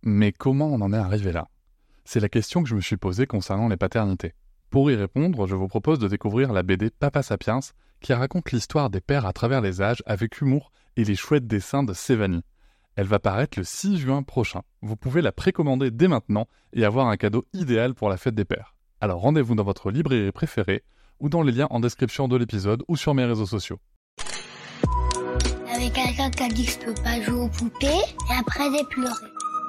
Mais comment on en est arrivé là? C'est la question que je me suis posée concernant les paternités. Pour y répondre, je vous propose de découvrir la BD Papa Sapiens, qui raconte l'histoire des pères à travers les âges avec humour et les chouettes dessins de Sévanie. Elle va paraître le 6 juin prochain. Vous pouvez la précommander dès maintenant et avoir un cadeau idéal pour la fête des pères. Alors rendez-vous dans votre librairie préférée ou dans les liens en description de l'épisode ou sur mes réseaux sociaux. Avec quelqu'un qui a dit que je peux pas jouer aux poupées et après j'ai pleuré.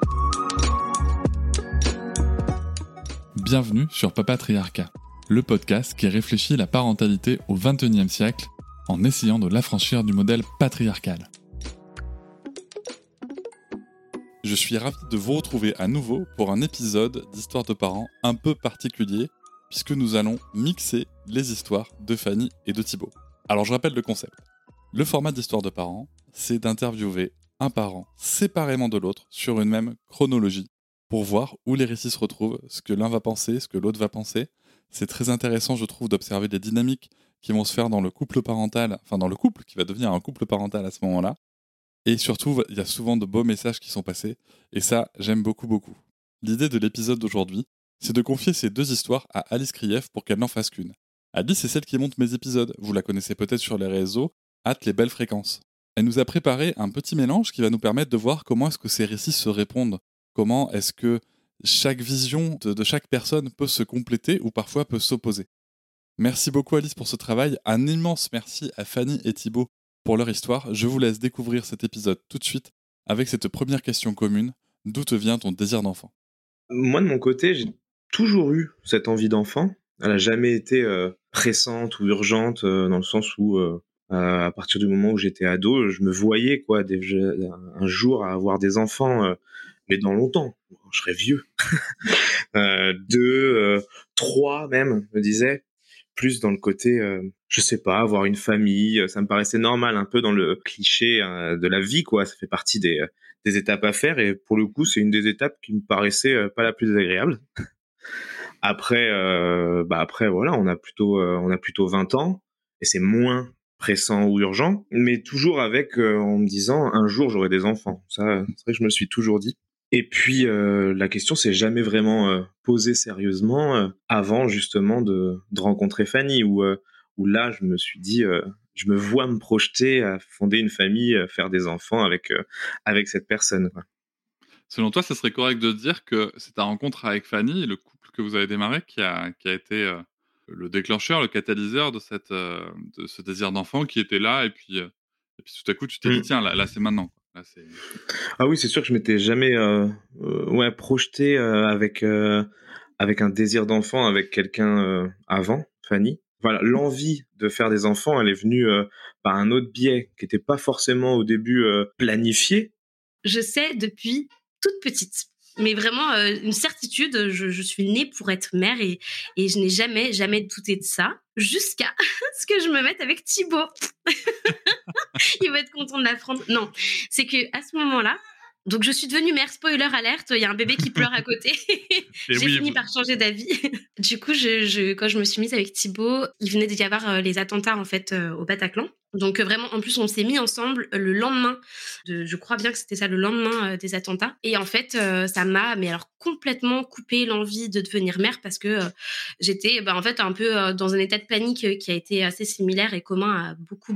Bienvenue sur Papatriarcat, le podcast qui réfléchit la parentalité au XXIe siècle en essayant de l'affranchir du modèle patriarcal. Je suis ravi de vous retrouver à nouveau pour un épisode d'Histoire de parents un peu particulier, puisque nous allons mixer les histoires de Fanny et de Thibaut. Alors je rappelle le concept. Le format d'Histoire de parents, c'est d'interviewer un parent séparément de l'autre sur une même chronologie, pour voir où les récits se retrouvent, ce que l'un va penser, ce que l'autre va penser. C'est très intéressant, je trouve, d'observer les dynamiques qui vont se faire dans le couple parental, enfin dans le couple qui va devenir un couple parental à ce moment-là. Et surtout, il y a souvent de beaux messages qui sont passés, et ça, j'aime beaucoup, beaucoup. L'idée de l'épisode d'aujourd'hui, c'est de confier ces deux histoires à Alice Krief pour qu'elle n'en fasse qu'une. Alice, c'est celle qui monte mes épisodes, vous la connaissez peut-être sur les réseaux, @lesbellesfréquences. Elle nous a préparé un petit mélange qui va nous permettre de voir comment est-ce que ces récits se répondent. Comment est-ce que chaque vision de chaque personne peut se compléter ou parfois peut s'opposer. Merci beaucoup Alice pour ce travail. Un immense merci à Fanny et Thibaut pour leur histoire. Je vous laisse découvrir cet épisode tout de suite avec cette première question commune. D'où te vient ton désir d'enfant ? Moi, de mon côté, j'ai toujours eu cette envie d'enfant. Elle n'a jamais été pressante ou urgente dans le sens où, à partir du moment où j'étais ado, je me voyais un jour à avoir des enfants, mais dans longtemps. Je serais vieux. 2, 3 même, je me disais. Plus dans le côté, je sais pas, avoir une famille, ça me paraissait normal, un peu dans le cliché de la vie, quoi. Ça fait partie des étapes à faire, et pour le coup, c'est une des étapes qui me paraissait pas la plus agréable. Après, après voilà, on a plutôt 20 ans, et c'est moins pressant ou urgent, mais toujours avec en me disant un jour j'aurai des enfants. Ça, c'est vrai que je me le suis toujours dit. Et puis la question s'est jamais vraiment posée sérieusement avant justement de rencontrer Fanny, où là je me suis dit je me vois me projeter à fonder une famille, faire des enfants avec cette personne, quoi. Selon toi, ça serait correct de dire que c'est ta rencontre avec Fanny, le couple que vous avez démarré, qui a été le déclencheur, le catalyseur de ce désir d'enfant qui était là, et puis tout à coup tu t'es dit tiens, là c'est maintenant, quoi. Là, c'est... Ah oui, c'est sûr que je m'étais jamais projeté avec un désir d'enfant avec quelqu'un avant Fanny. Voilà, l'envie de faire des enfants, elle est venue par un autre biais qui n'était pas forcément au début planifié. Je sais depuis toute petite, mais vraiment une certitude, je suis née pour être mère, et je n'ai jamais douté de ça, jusqu'à ce que je me mette avec Thibaut. Il va être content de l'apprendre. Non, c'est que à ce moment-là, donc je suis devenue mère, spoiler alerte, il y a un bébé qui pleure à côté. J'ai fini par changer d'avis. Du coup, quand je me suis mise avec Thibaut, il venait d'y avoir les attentats en fait au Bataclan. Donc vraiment, en plus, on s'est mis ensemble le lendemain, je crois bien que c'était ça, le lendemain des attentats. Et en fait, ça m'a, mais alors complètement coupé l'envie de devenir mère, parce que j'étais en fait un peu dans un état de panique qui a été assez similaire et commun à beaucoup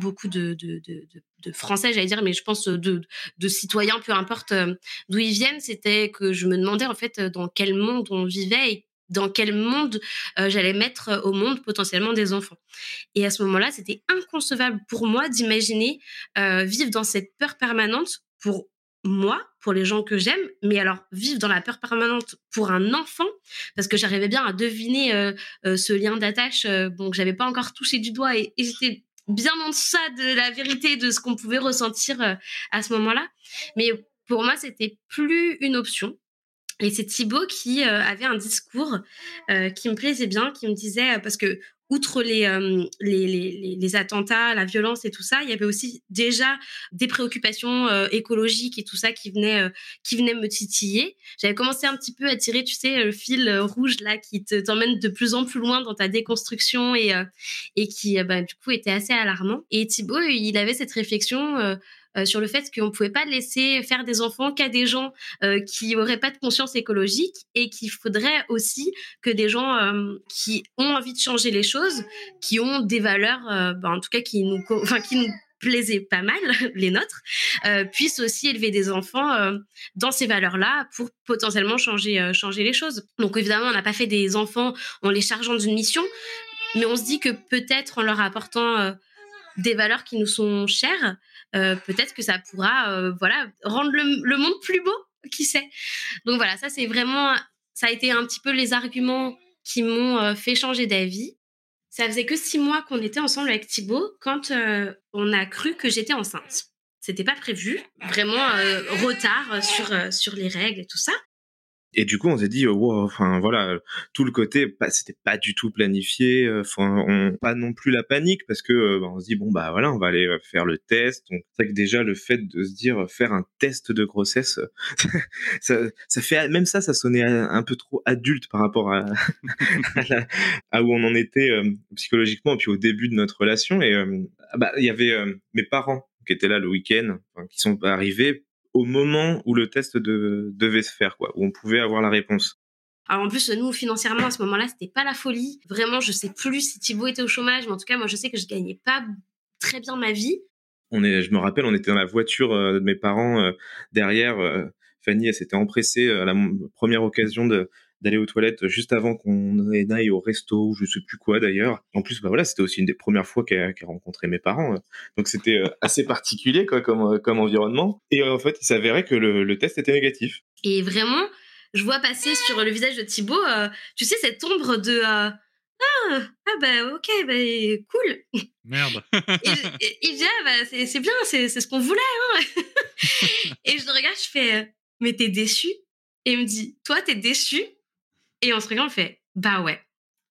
de Français, j'allais dire, mais je pense de citoyens, peu importe d'où ils viennent. C'était que je me demandais en fait dans quel monde on vivait et dans quel monde j'allais mettre au monde potentiellement des enfants. Et à ce moment-là, c'était inconcevable pour moi d'imaginer vivre dans cette peur permanente pour moi, pour les gens que j'aime, mais alors vivre dans la peur permanente pour un enfant, parce que j'arrivais bien à deviner ce lien d'attache, que j'avais pas encore touché du doigt, et j'étais bien en deçà de la vérité de ce qu'on pouvait ressentir à ce moment-là. Mais pour moi, c'était plus une option. Et c'est Thibaut qui avait un discours qui me plaisait bien, qui me disait, parce que outre les attentats, la violence et tout ça, il y avait aussi déjà des préoccupations écologiques et tout ça qui venaient me titiller. J'avais commencé un petit peu à tirer, tu sais, le fil rouge là qui t'emmène de plus en plus loin dans ta déconstruction, et qui du coup était assez alarmant. Et Thibaut, il avait cette réflexion sur le fait qu'on ne pouvait pas laisser faire des enfants qu'à des gens qui n'auraient pas de conscience écologique et qu'il faudrait aussi que des gens qui ont envie de changer les choses, qui ont des valeurs, en tout cas qui nous plaisaient pas mal, les nôtres, puissent aussi élever des enfants dans ces valeurs-là pour potentiellement changer les choses. Donc évidemment, on n'a pas fait des enfants en les chargeant d'une mission, mais on se dit que peut-être en leur apportant des valeurs qui nous sont chères, peut-être que ça pourra rendre le monde plus beau, qui sait. Donc voilà, ça a été un petit peu les arguments qui m'ont fait changer d'avis. Ça faisait que 6 mois qu'on était ensemble avec Thibaut quand on a cru que j'étais enceinte. C'était pas prévu, vraiment retard sur les règles et tout ça. Et du coup, on s'est dit, wow, enfin voilà, tout le côté, c'était pas du tout planifié. Pas non plus la panique parce que on se dit bon bah voilà, on va aller faire le test. Donc c'est vrai que déjà le fait de se dire faire un test de grossesse, ça fait même ça sonnait un peu trop adulte par rapport à à où on en était psychologiquement et puis au début de notre relation. Et il y avait mes parents qui étaient là le week-end, qui sont arrivés au moment où le test devait se faire, quoi, où on pouvait avoir la réponse. Alors en plus, nous, financièrement, à ce moment-là, c'était pas la folie. Vraiment, je sais plus si Thibaut était au chômage, mais en tout cas, moi, je sais que je gagnais pas très bien ma vie. Je me rappelle, on était dans la voiture de mes parents derrière. Fanny, elle s'était empressée à la première occasion d'aller aux toilettes juste avant qu'on aille au resto, je sais plus quoi d'ailleurs. En plus, voilà, c'était aussi une des premières fois qu'elle rencontrait mes parents. Donc c'était assez particulier quoi, comme environnement. Et en fait, il s'avérait que le test était négatif. Et vraiment, je vois passer sur le visage de Thibaut, tu sais, cette ombre de ok, cool. Merde. Il dit c'est bien, c'est ce qu'on voulait. Hein. Et je le regarde, je fais mais t'es déçu? Et il me dit toi t'es déçu? Et on se regarde, on fait bah ouais,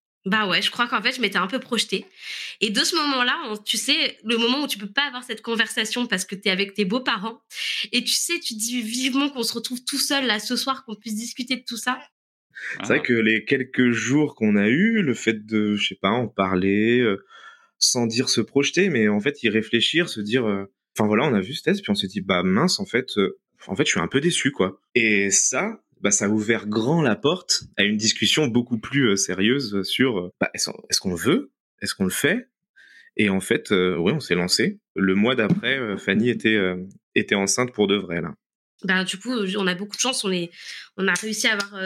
je crois qu'en fait je m'étais un peu projetée. Et de ce moment-là, tu sais, le moment où tu peux pas avoir cette conversation parce que t'es avec tes beaux-parents, et tu sais, tu dis vivement qu'on se retrouve tout seul là ce soir, qu'on puisse discuter de tout ça. C'est vrai que les quelques jours qu'on a eu, le fait de, je sais pas, en parler, sans dire se projeter, mais en fait y réfléchir, se dire, enfin voilà, on a vu ce test, puis on s'est dit, bah mince, en fait, je suis un peu déçu, quoi. Et ça a ouvert grand la porte à une discussion beaucoup plus sérieuse sur, est-ce qu'on le veut, est-ce qu'on le fait? Et en fait, ouais, on s'est lancé. Le mois d'après, Fanny était enceinte pour de vrai, là. Du coup, on a beaucoup de chance. On a réussi à avoir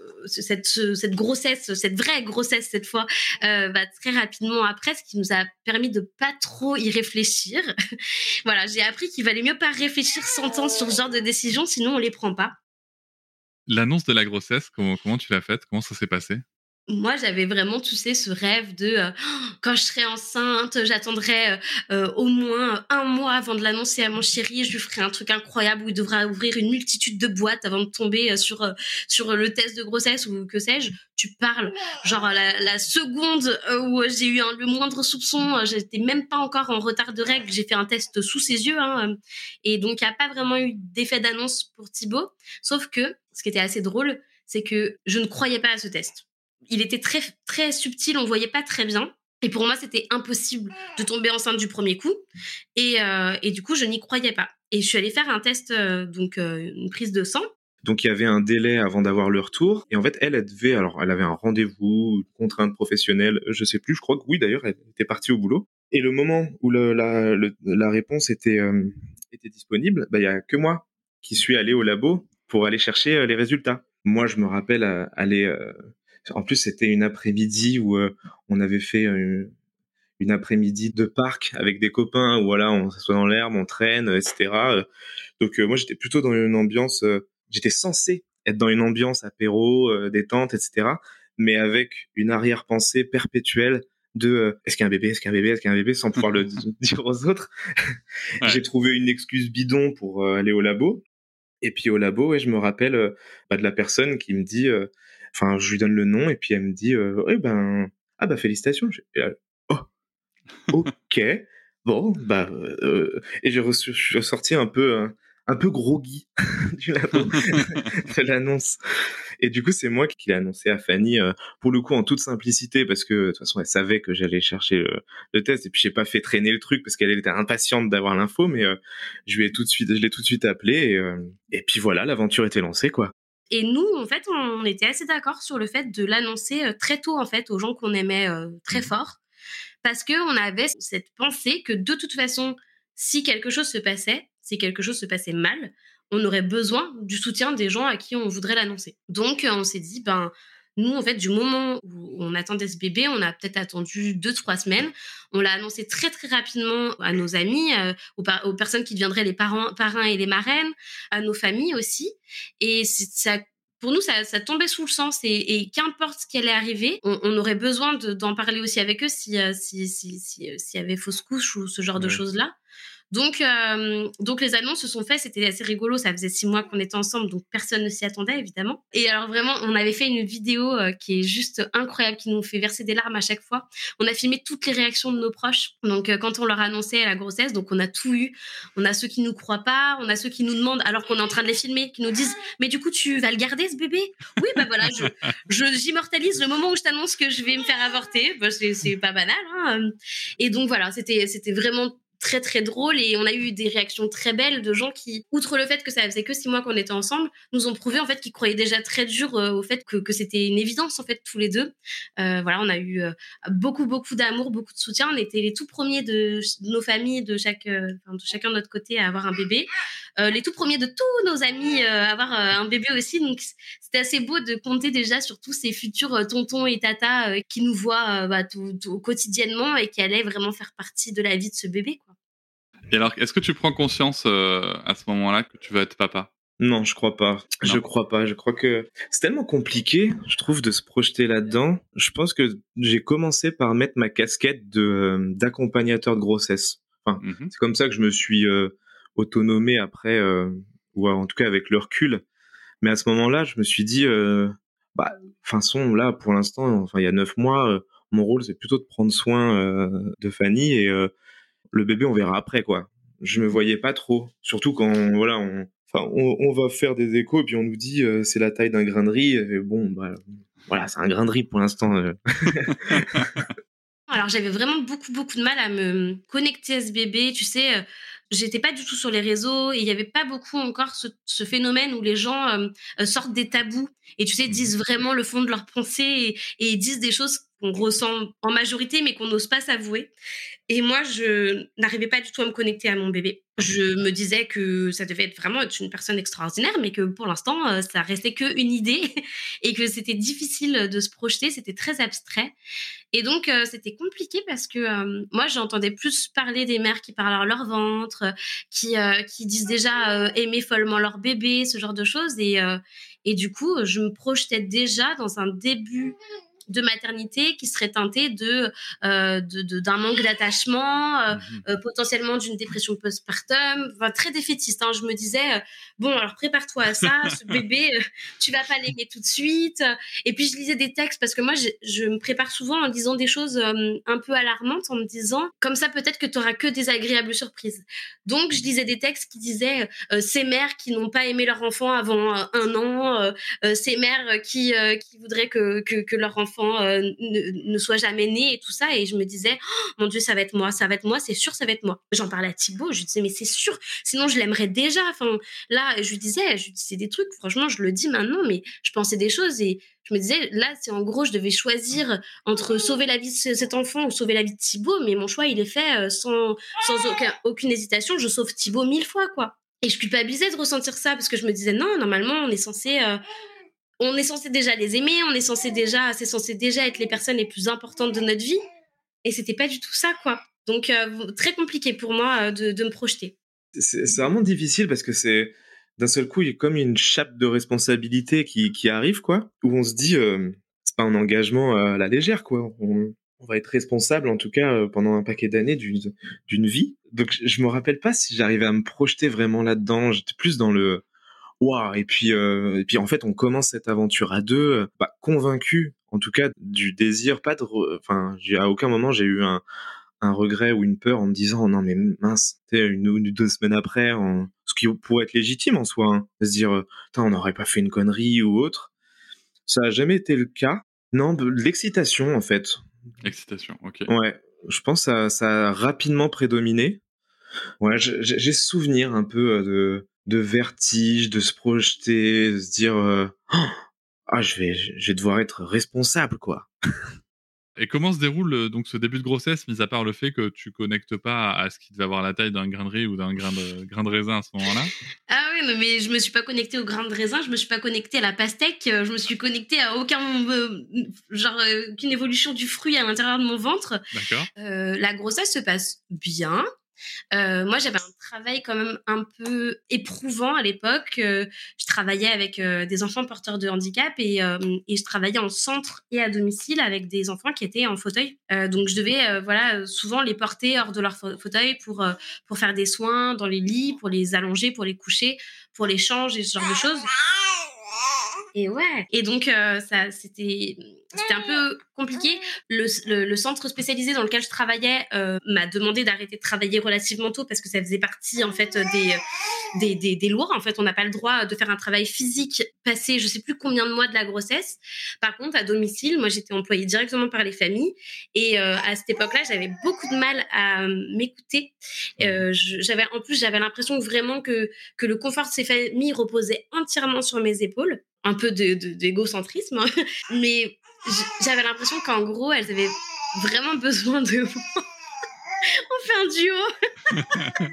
cette grossesse, cette vraie grossesse cette fois, très rapidement après, ce qui nous a permis de pas trop y réfléchir. Voilà, j'ai appris qu'il valait mieux pas réfléchir 100 ans sur ce genre de décision, sinon on les prend pas. L'annonce de la grossesse, comment tu l'as faite? Comment ça s'est passé? Moi, j'avais vraiment, tu sais, ce rêve de quand je serai enceinte, j'attendrai au moins 1 mois avant de l'annoncer à mon chéri. Je lui ferai un truc incroyable où il devra ouvrir une multitude de boîtes avant de tomber sur le test de grossesse ou que sais-je. Tu parles, genre la seconde où j'ai eu le moindre soupçon, j'étais même pas encore en retard de règles. J'ai fait un test sous ses yeux. Et donc, il n'y a pas vraiment eu d'effet d'annonce pour Thibaut. Sauf que, ce qui était assez drôle, c'est que je ne croyais pas à ce test. Il était très, très subtil, on voyait pas très bien. Et pour moi, c'était impossible de tomber enceinte du premier coup. Et du coup, je n'y croyais pas. Et je suis allée faire un test, une prise de sang. Donc, il y avait un délai avant d'avoir le retour. Et en fait, elle avait un rendez-vous, une contrainte professionnelle, je sais plus, je crois que oui, d'ailleurs, elle était partie au boulot. Et le moment où la réponse était disponible, il y a que moi qui suis allé au labo pour aller chercher les résultats. Moi, je me rappelle aller... En plus, c'était une après-midi où on avait fait une après-midi de parc avec des copains où voilà, on s'assoit dans l'herbe, on traîne, etc. Donc moi, j'étais plutôt dans une ambiance. J'étais censé être dans une ambiance apéro, détente, etc. Mais avec une arrière-pensée perpétuelle de est-ce qu'il y a un bébé, est-ce qu'il y a un bébé, est-ce qu'il y a un bébé, sans pouvoir le dire aux autres. Ouais. J'ai trouvé une excuse bidon pour aller au labo. Et puis au labo, je me rappelle de la personne qui me dit. Je lui donne le nom et puis elle me dit félicitations. Oh, ok, bon et je suis ressorti un peu un peu groggy de l'annonce. Et du coup, c'est moi qui l'ai annoncé à Fanny, pour le coup en toute simplicité, parce que de toute façon, elle savait que j'allais chercher le test. Et puis, j'ai pas fait traîner le truc parce qu'elle était impatiente d'avoir l'info, mais je l'ai tout de suite appelé. Et puis voilà, l'aventure était lancée, quoi. Et nous, en fait, on était assez d'accord sur le fait de l'annoncer très tôt, en fait, aux gens qu'on aimait très fort. Parce qu'on avait cette pensée que de toute façon, si quelque chose se passait, si quelque chose se passait mal, on aurait besoin du soutien des gens à qui on voudrait l'annoncer. Donc, on s'est dit, ben, nous, en fait, du moment où on attendait ce bébé, on a peut-être attendu 2-3 semaines. On l'a annoncé très, très rapidement à nos amis, aux personnes qui deviendraient les parrains et les marraines, à nos familles aussi. Et ça pour nous, ça tombait sous le sens et qu'importe ce qui allait arriver, on aurait besoin d'en parler aussi avec eux s'il y avait fausse couche ou ce genre de choses-là. Donc les annonces se sont faites, c'était assez rigolo, ça faisait 6 mois qu'on était ensemble, donc personne ne s'y attendait évidemment. Et alors vraiment, on avait fait une vidéo qui est juste incroyable, qui nous fait verser des larmes à chaque fois. On a filmé toutes les réactions de nos proches, donc quand on leur a annoncé la grossesse, donc on a tout eu. On a ceux qui nous croient pas, on a ceux qui nous demandent, alors qu'on est en train de les filmer, qui nous disent « Mais du coup, tu vas le garder ce bébé ?» Oui, bah voilà, j'immortalise le moment où je t'annonce que je vais me faire avorter. Bah, c'est pas banal, hein. Et donc voilà, c'était vraiment très très drôle et on a eu des réactions très belles de gens qui, outre le fait que ça faisait que 6 mois qu'on était ensemble, nous ont prouvé en fait qu'ils croyaient déjà très dur au fait que c'était une évidence en fait tous les deux. Voilà, on a eu beaucoup d'amour, beaucoup de soutien. On était les tout premiers de nos familles, de chacun de notre côté à avoir un bébé. Les tout premiers de tous nos amis à avoir un bébé aussi. Donc c'était assez beau de compter déjà sur tous ces futurs tontons et tatas qui nous voient tout quotidiennement et qui allaient vraiment faire partie de la vie de ce bébé, quoi. Et alors, est-ce que tu prends conscience à ce moment-là que tu vas être papa? Non, je crois pas. Non. Je crois pas. Je crois que c'est tellement compliqué, je trouve, de se projeter là-dedans. Je pense que j'ai commencé par mettre ma casquette d'accompagnateur de grossesse. Enfin, c'est comme ça que je me suis autonomé après, ou en tout cas avec le recul. Mais à ce moment-là, je me suis dit, de toute façon, là, pour l'instant, enfin, il y a 9 mois, mon rôle, c'est plutôt de prendre soin de Fanny et le bébé, on verra après, quoi. Je me voyais pas trop. Surtout quand, voilà, on va faire des échos et puis on nous dit c'est la taille d'un grain de riz. Et bon, voilà, c'est un grain de riz pour l'instant. Alors j'avais vraiment beaucoup de mal à me connecter à ce bébé, tu sais. J'étais pas du tout sur les réseaux et il y avait pas beaucoup encore ce phénomène où les gens sortent des tabous et tu sais disent vraiment le fond de leurs pensées et disent des choses qu'on ressent en majorité mais qu'on n'ose pas s'avouer. Et moi, je n'arrivais pas du tout à me connecter à mon bébé. Je me disais que ça devait être vraiment être une personne extraordinaire, mais que pour l'instant, ça restait qu'une idée et que c'était difficile de se projeter, c'était très abstrait. Et donc, c'était compliqué parce que moi, j'entendais plus parler des mères qui parlent à leur ventre, qui disent déjà aimer follement leur bébé, ce genre de choses. Et du coup, je me projetais déjà dans un début de maternité qui serait teinté d'un manque d'attachement, potentiellement d'une dépression postpartum, enfin, très défaitiste. Hein. Je me disais, bon, alors prépare-toi à ça, ce bébé, tu vas pas l'aimer tout de suite. Et puis je lisais des textes parce que moi, je me prépare souvent en disant des choses un peu alarmantes, en me disant, comme ça, peut-être que tu auras que des agréables surprises. Donc, je lisais des textes qui disaient ces mères qui n'ont pas aimé leur enfant avant 1 an, ces mères qui voudraient que leur enfant ne soit jamais né et tout ça. Et je me disais, oh, mon Dieu, ça va être moi, c'est sûr, ça va être moi. J'en parlais à Thibaut, je lui disais, mais c'est sûr, sinon je l'aimerais déjà. Enfin, là, je lui disais des trucs, franchement, je le dis maintenant, mais je pensais des choses et je me disais, là, c'est en gros, je devais choisir entre sauver la vie de cet enfant ou sauver la vie de Thibaut, mais mon choix, il est fait sans aucune hésitation. Je sauve Thibaut 1000 fois, quoi. Et je culpabilisais de ressentir ça parce que je me disais, non, normalement, on est censé déjà les aimer, c'est censé déjà être les personnes les plus importantes de notre vie. Et c'était pas du tout ça, quoi. Donc, très compliqué pour moi de me projeter. C'est vraiment difficile parce que c'est, d'un seul coup, il y a comme une chape de responsabilité qui arrive, quoi, où on se dit, c'est pas un engagement à la légère, quoi. On va être responsable, en tout cas, pendant un paquet d'années d'une vie. Donc, je me rappelle pas si j'arrivais à me projeter vraiment là-dedans. J'étais plus dans le waouh. Et puis, en fait, on commence cette aventure à deux, convaincu, en tout cas, du désir, enfin, à aucun moment j'ai eu un regret ou une peur en me disant oh non mais mince, 1 ou 2 semaines après, ce ce qui pourrait être légitime en soi, hein, de se dire on n'aurait pas fait une connerie ou autre. Ça a jamais été le cas. Non, de l'excitation en fait. Excitation, ok. Ouais, je pense que ça a rapidement prédominé. Ouais, j'ai souvenir un peu de vertige, de se projeter, de se dire je vais devoir être responsable quoi. Et comment se déroule donc ce début de grossesse, mis à part le fait que tu connectes pas à ce qui devait avoir la taille d'un grain de riz ou d'un grain de raisin à ce moment-là? Ah oui, non, mais je me suis pas connectée au grain de raisin, je me suis pas connectée à la pastèque, je me suis connectée à aucune évolution du fruit à l'intérieur de mon ventre. D'accord. La grossesse se passe bien. Moi, j'avais un travail quand même un peu éprouvant à l'époque. Je travaillais avec des enfants porteurs de handicap et je travaillais en centre et à domicile avec des enfants qui étaient en fauteuil. Donc, je devais souvent les porter hors de leur fauteuil pour faire des soins dans les lits, pour les allonger, pour les coucher, pour les changer et ce genre de choses. Et ouais. Et donc, c'était un peu compliqué. Le centre spécialisé dans lequel je travaillais m'a demandé d'arrêter de travailler relativement tôt parce que ça faisait partie, en fait, des lois. En fait, on n'a pas le droit de faire un travail physique passé je sais plus combien de mois de la grossesse. Par contre, à domicile, moi, j'étais employée directement par les familles. Et à cette époque-là, j'avais beaucoup de mal à m'écouter. J'avais l'impression vraiment que le confort de ces familles reposait entièrement sur mes épaules. Un peu d'égocentrisme, hein. Mais j'avais l'impression qu'en gros, elles avaient vraiment besoin de moi. On fait un duo.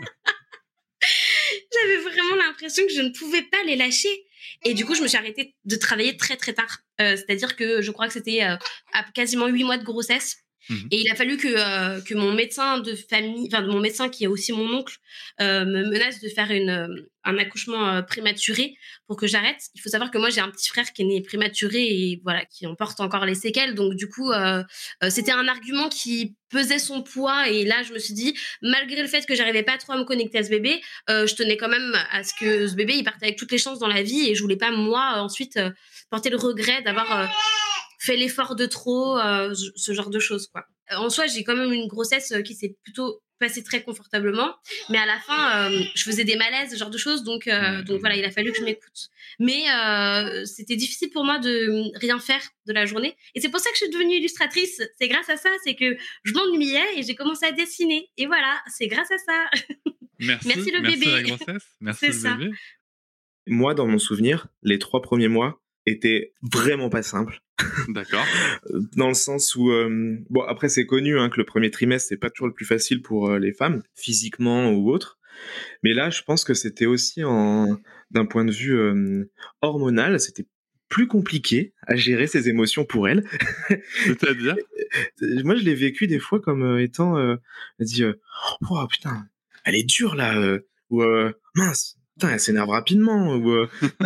J'avais vraiment l'impression que je ne pouvais pas les lâcher. Et du coup, je me suis arrêtée de travailler très, très tard. C'est-à-dire que je crois que c'était à quasiment 8 mois de grossesse. Et il a fallu que mon médecin de famille, enfin mon médecin qui est aussi mon oncle, me menace de faire un accouchement prématuré pour que j'arrête. Il faut savoir que moi j'ai un petit frère qui est né prématuré et voilà, qui en porte encore les séquelles. Donc du coup, c'était un argument qui pesait son poids. Et là, je me suis dit, malgré le fait que j'arrivais pas trop à me connecter à ce bébé, je tenais quand même à ce que ce bébé il parte avec toutes les chances dans la vie et je voulais pas moi ensuite porter le regret d'avoir fait l'effort de trop, ce genre de choses, quoi. En soi, j'ai quand même une grossesse qui s'est plutôt passée très confortablement, mais à la fin, je faisais des malaises, ce genre de choses, donc voilà, il a fallu que je m'écoute. Mais c'était difficile pour moi de rien faire de la journée, et c'est pour ça que je suis devenue illustratrice. C'est grâce à ça, c'est que je m'ennuyais et j'ai commencé à dessiner, et voilà, c'est grâce à ça. Merci le bébé. Merci la grossesse, merci C'est le ça. bébé. Moi, dans mon souvenir, les 3 premiers mois étaient vraiment pas simples. D'accord. Dans le sens où bon, après c'est connu que le premier trimestre c'est pas toujours le plus facile pour les femmes, physiquement ou autre, mais là je pense que c'était aussi d'un point de vue hormonal, c'était plus compliqué à gérer ses émotions pour elles. C'est-à-dire? Moi je l'ai vécu des fois comme étant elle dit oh putain elle est dure là, ou mince putain, elle s'énerve rapidement, ou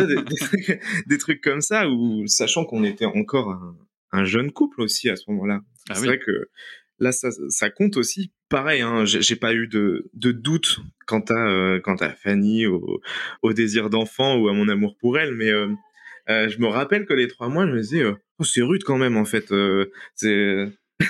des trucs comme ça, ou sachant qu'on était encore un jeune couple aussi à ce moment-là. Ah c'est oui. vrai que là, ça compte aussi. Pareil, j'ai pas eu de doute quant à Fanny, au désir d'enfant ou à mon amour pour elle, mais je me rappelle que les 3 mois, je me disais, oh, c'est rude quand même en fait. C'est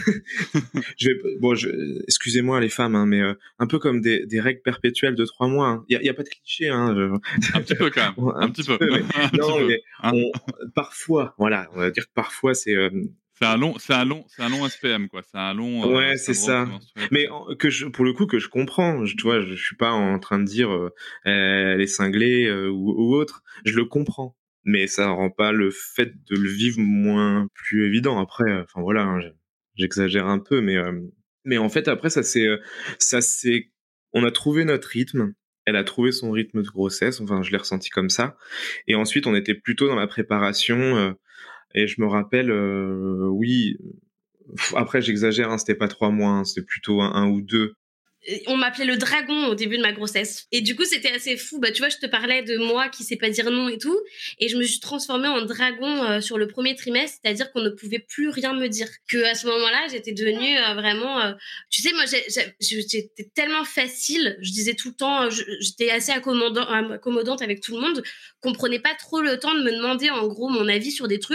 excusez-moi les femmes, mais un peu comme des règles perpétuelles de 3 mois. Il y a pas de cliché. Un petit peu quand même. Un petit peu. Mais, non, mais Hein. parfois, voilà, on va dire que parfois c'est. C'est un long SPM, quoi. C'est un long. Ouais, c'est ça. menstruel. Mais pour le coup, que je comprends. Tu vois, je suis pas en train de dire elle est cinglée ou autre. Je le comprends. Mais ça rend pas le fait de le vivre plus évident. Après, enfin voilà, j'exagère un peu, mais en fait après ça c'est, on a trouvé notre rythme. Elle a trouvé son rythme de grossesse. Enfin, je l'ai ressenti comme ça. Et ensuite, on était plutôt dans la préparation. Et je me rappelle, oui. Après, j'exagère. C'était pas 3 mois. C'était plutôt un ou 2. On m'appelait le dragon au début de ma grossesse. Et du coup, c'était assez fou. Bah, tu vois, je te parlais de moi qui sait pas dire non et tout. Et je me suis transformée en dragon sur le premier trimestre, c'est-à-dire qu'on ne pouvait plus rien me dire. Que à ce moment-là, j'étais devenue vraiment... tu sais, moi, j'étais tellement facile. Je disais tout le temps, j'étais assez accommodante avec tout le monde, qu'on prenait pas trop le temps de me demander, en gros, mon avis sur des trucs.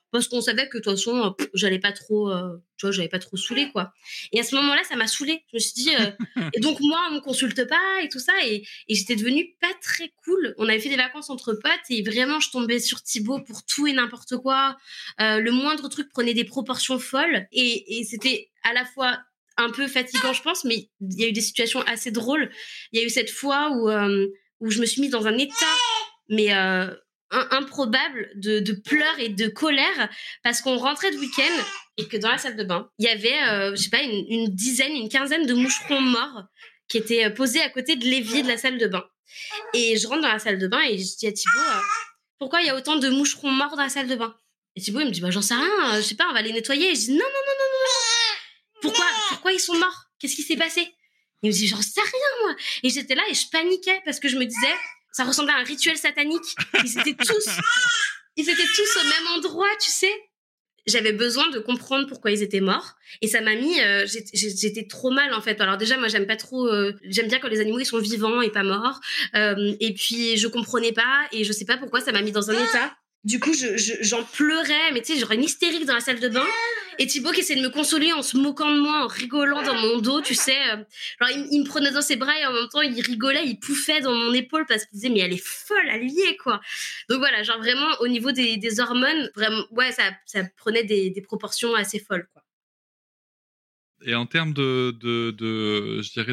parce qu'on savait que de toute façon, j'allais pas trop, j'allais pas trop saouler, quoi. Et à ce moment-là, ça m'a saoulée. Je me suis dit, et donc moi, on me consulte pas et tout ça, et j'étais devenue pas très cool. On avait fait des vacances entre potes et vraiment, je tombais sur Thibaut pour tout et n'importe quoi. Le moindre truc prenait des proportions folles, et c'était à la fois un peu fatigant, je pense, mais il y a eu des situations assez drôles. Il y a eu cette fois où je me suis mise dans un état, mais improbable de pleurs et de colère, parce qu'on rentrait de week-end et que dans la salle de bain, il y avait, je sais pas, une quinzaine de moucherons morts qui étaient posés à côté de l'évier de la salle de bain. Et je rentre dans la salle de bain et je dis à Thibaut, pourquoi il y a autant de moucherons morts dans la salle de bain? Et Thibaut, il me dit, j'en sais rien, je sais pas, on va les nettoyer. Et je dis, non. Pourquoi ils sont morts? Qu'est-ce qui s'est passé? Il me dit, j'en sais rien, moi. Et j'étais là et je paniquais parce que je me disais, ça ressemblait à un rituel satanique. Ils étaient tous au même endroit, tu sais. J'avais besoin de comprendre pourquoi ils étaient morts. Et ça m'a mis, j'étais trop mal, en fait. Alors déjà, moi, j'aime pas trop, j'aime bien quand les animaux, ils sont vivants et pas morts. Et puis, je comprenais pas et je sais pas pourquoi ça m'a mis dans un état. Du coup, j'en pleurais, mais tu sais, genre une hystérique dans la salle de bain. Et Thibaut qui essayait de me consoler en se moquant de moi, en rigolant dans mon dos, tu sais. Genre, il me prenait dans ses bras et en même temps, il rigolait, il pouffait dans mon épaule parce qu'il disait, mais elle est folle, Alié, quoi. Donc voilà, genre vraiment, au niveau des hormones, vraiment, ouais, ça prenait des proportions assez folles, quoi. Et en termes je dirais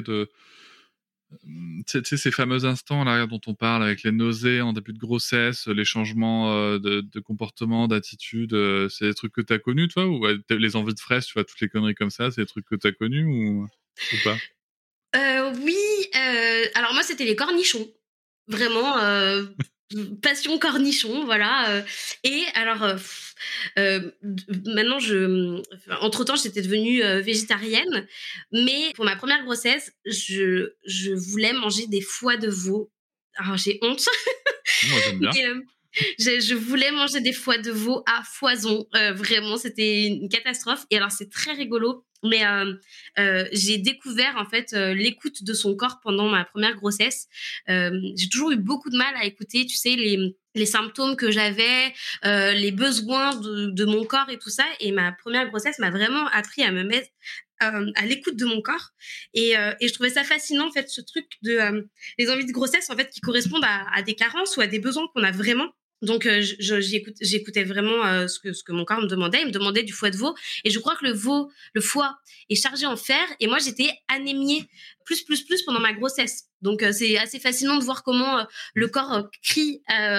tu sais, ces fameux instants là dont on parle avec les nausées en début de grossesse, les changements de comportement, d'attitude, c'est des trucs que tu as connus, toi, ou les envies de fraises, tu vois, toutes les conneries comme ça, c'est des trucs que tu as connus ou pas? Oui, alors moi, c'était les cornichons. Vraiment, passion cornichon, voilà. Et alors, maintenant, entre-temps, j'étais devenue végétarienne, mais pour ma première grossesse, je voulais manger des foies de veau. Alors, j'ai honte. Moi, j'aime bien. Mais, je voulais manger des foies de veau à foison. Vraiment, c'était une catastrophe. Et alors, c'est très rigolo. Mais j'ai découvert, en fait, l'écoute de son corps pendant ma première grossesse. J'ai toujours eu beaucoup de mal à écouter, tu sais, les symptômes que j'avais, les besoins de mon corps et tout ça. Et ma première grossesse m'a vraiment appris à me mettre à l'écoute de mon corps. Et je trouvais ça fascinant, en fait, ce truc de les envies de grossesse, en fait, qui correspondent à des carences ou à des besoins qu'on a vraiment. Donc, j'écoutais vraiment ce que mon corps me demandait. Il me demandait du foie de veau. Et je crois que le foie est chargé en fer. Et moi, j'étais anémiée plus pendant ma grossesse. Donc, c'est assez fascinant de voir comment le corps crie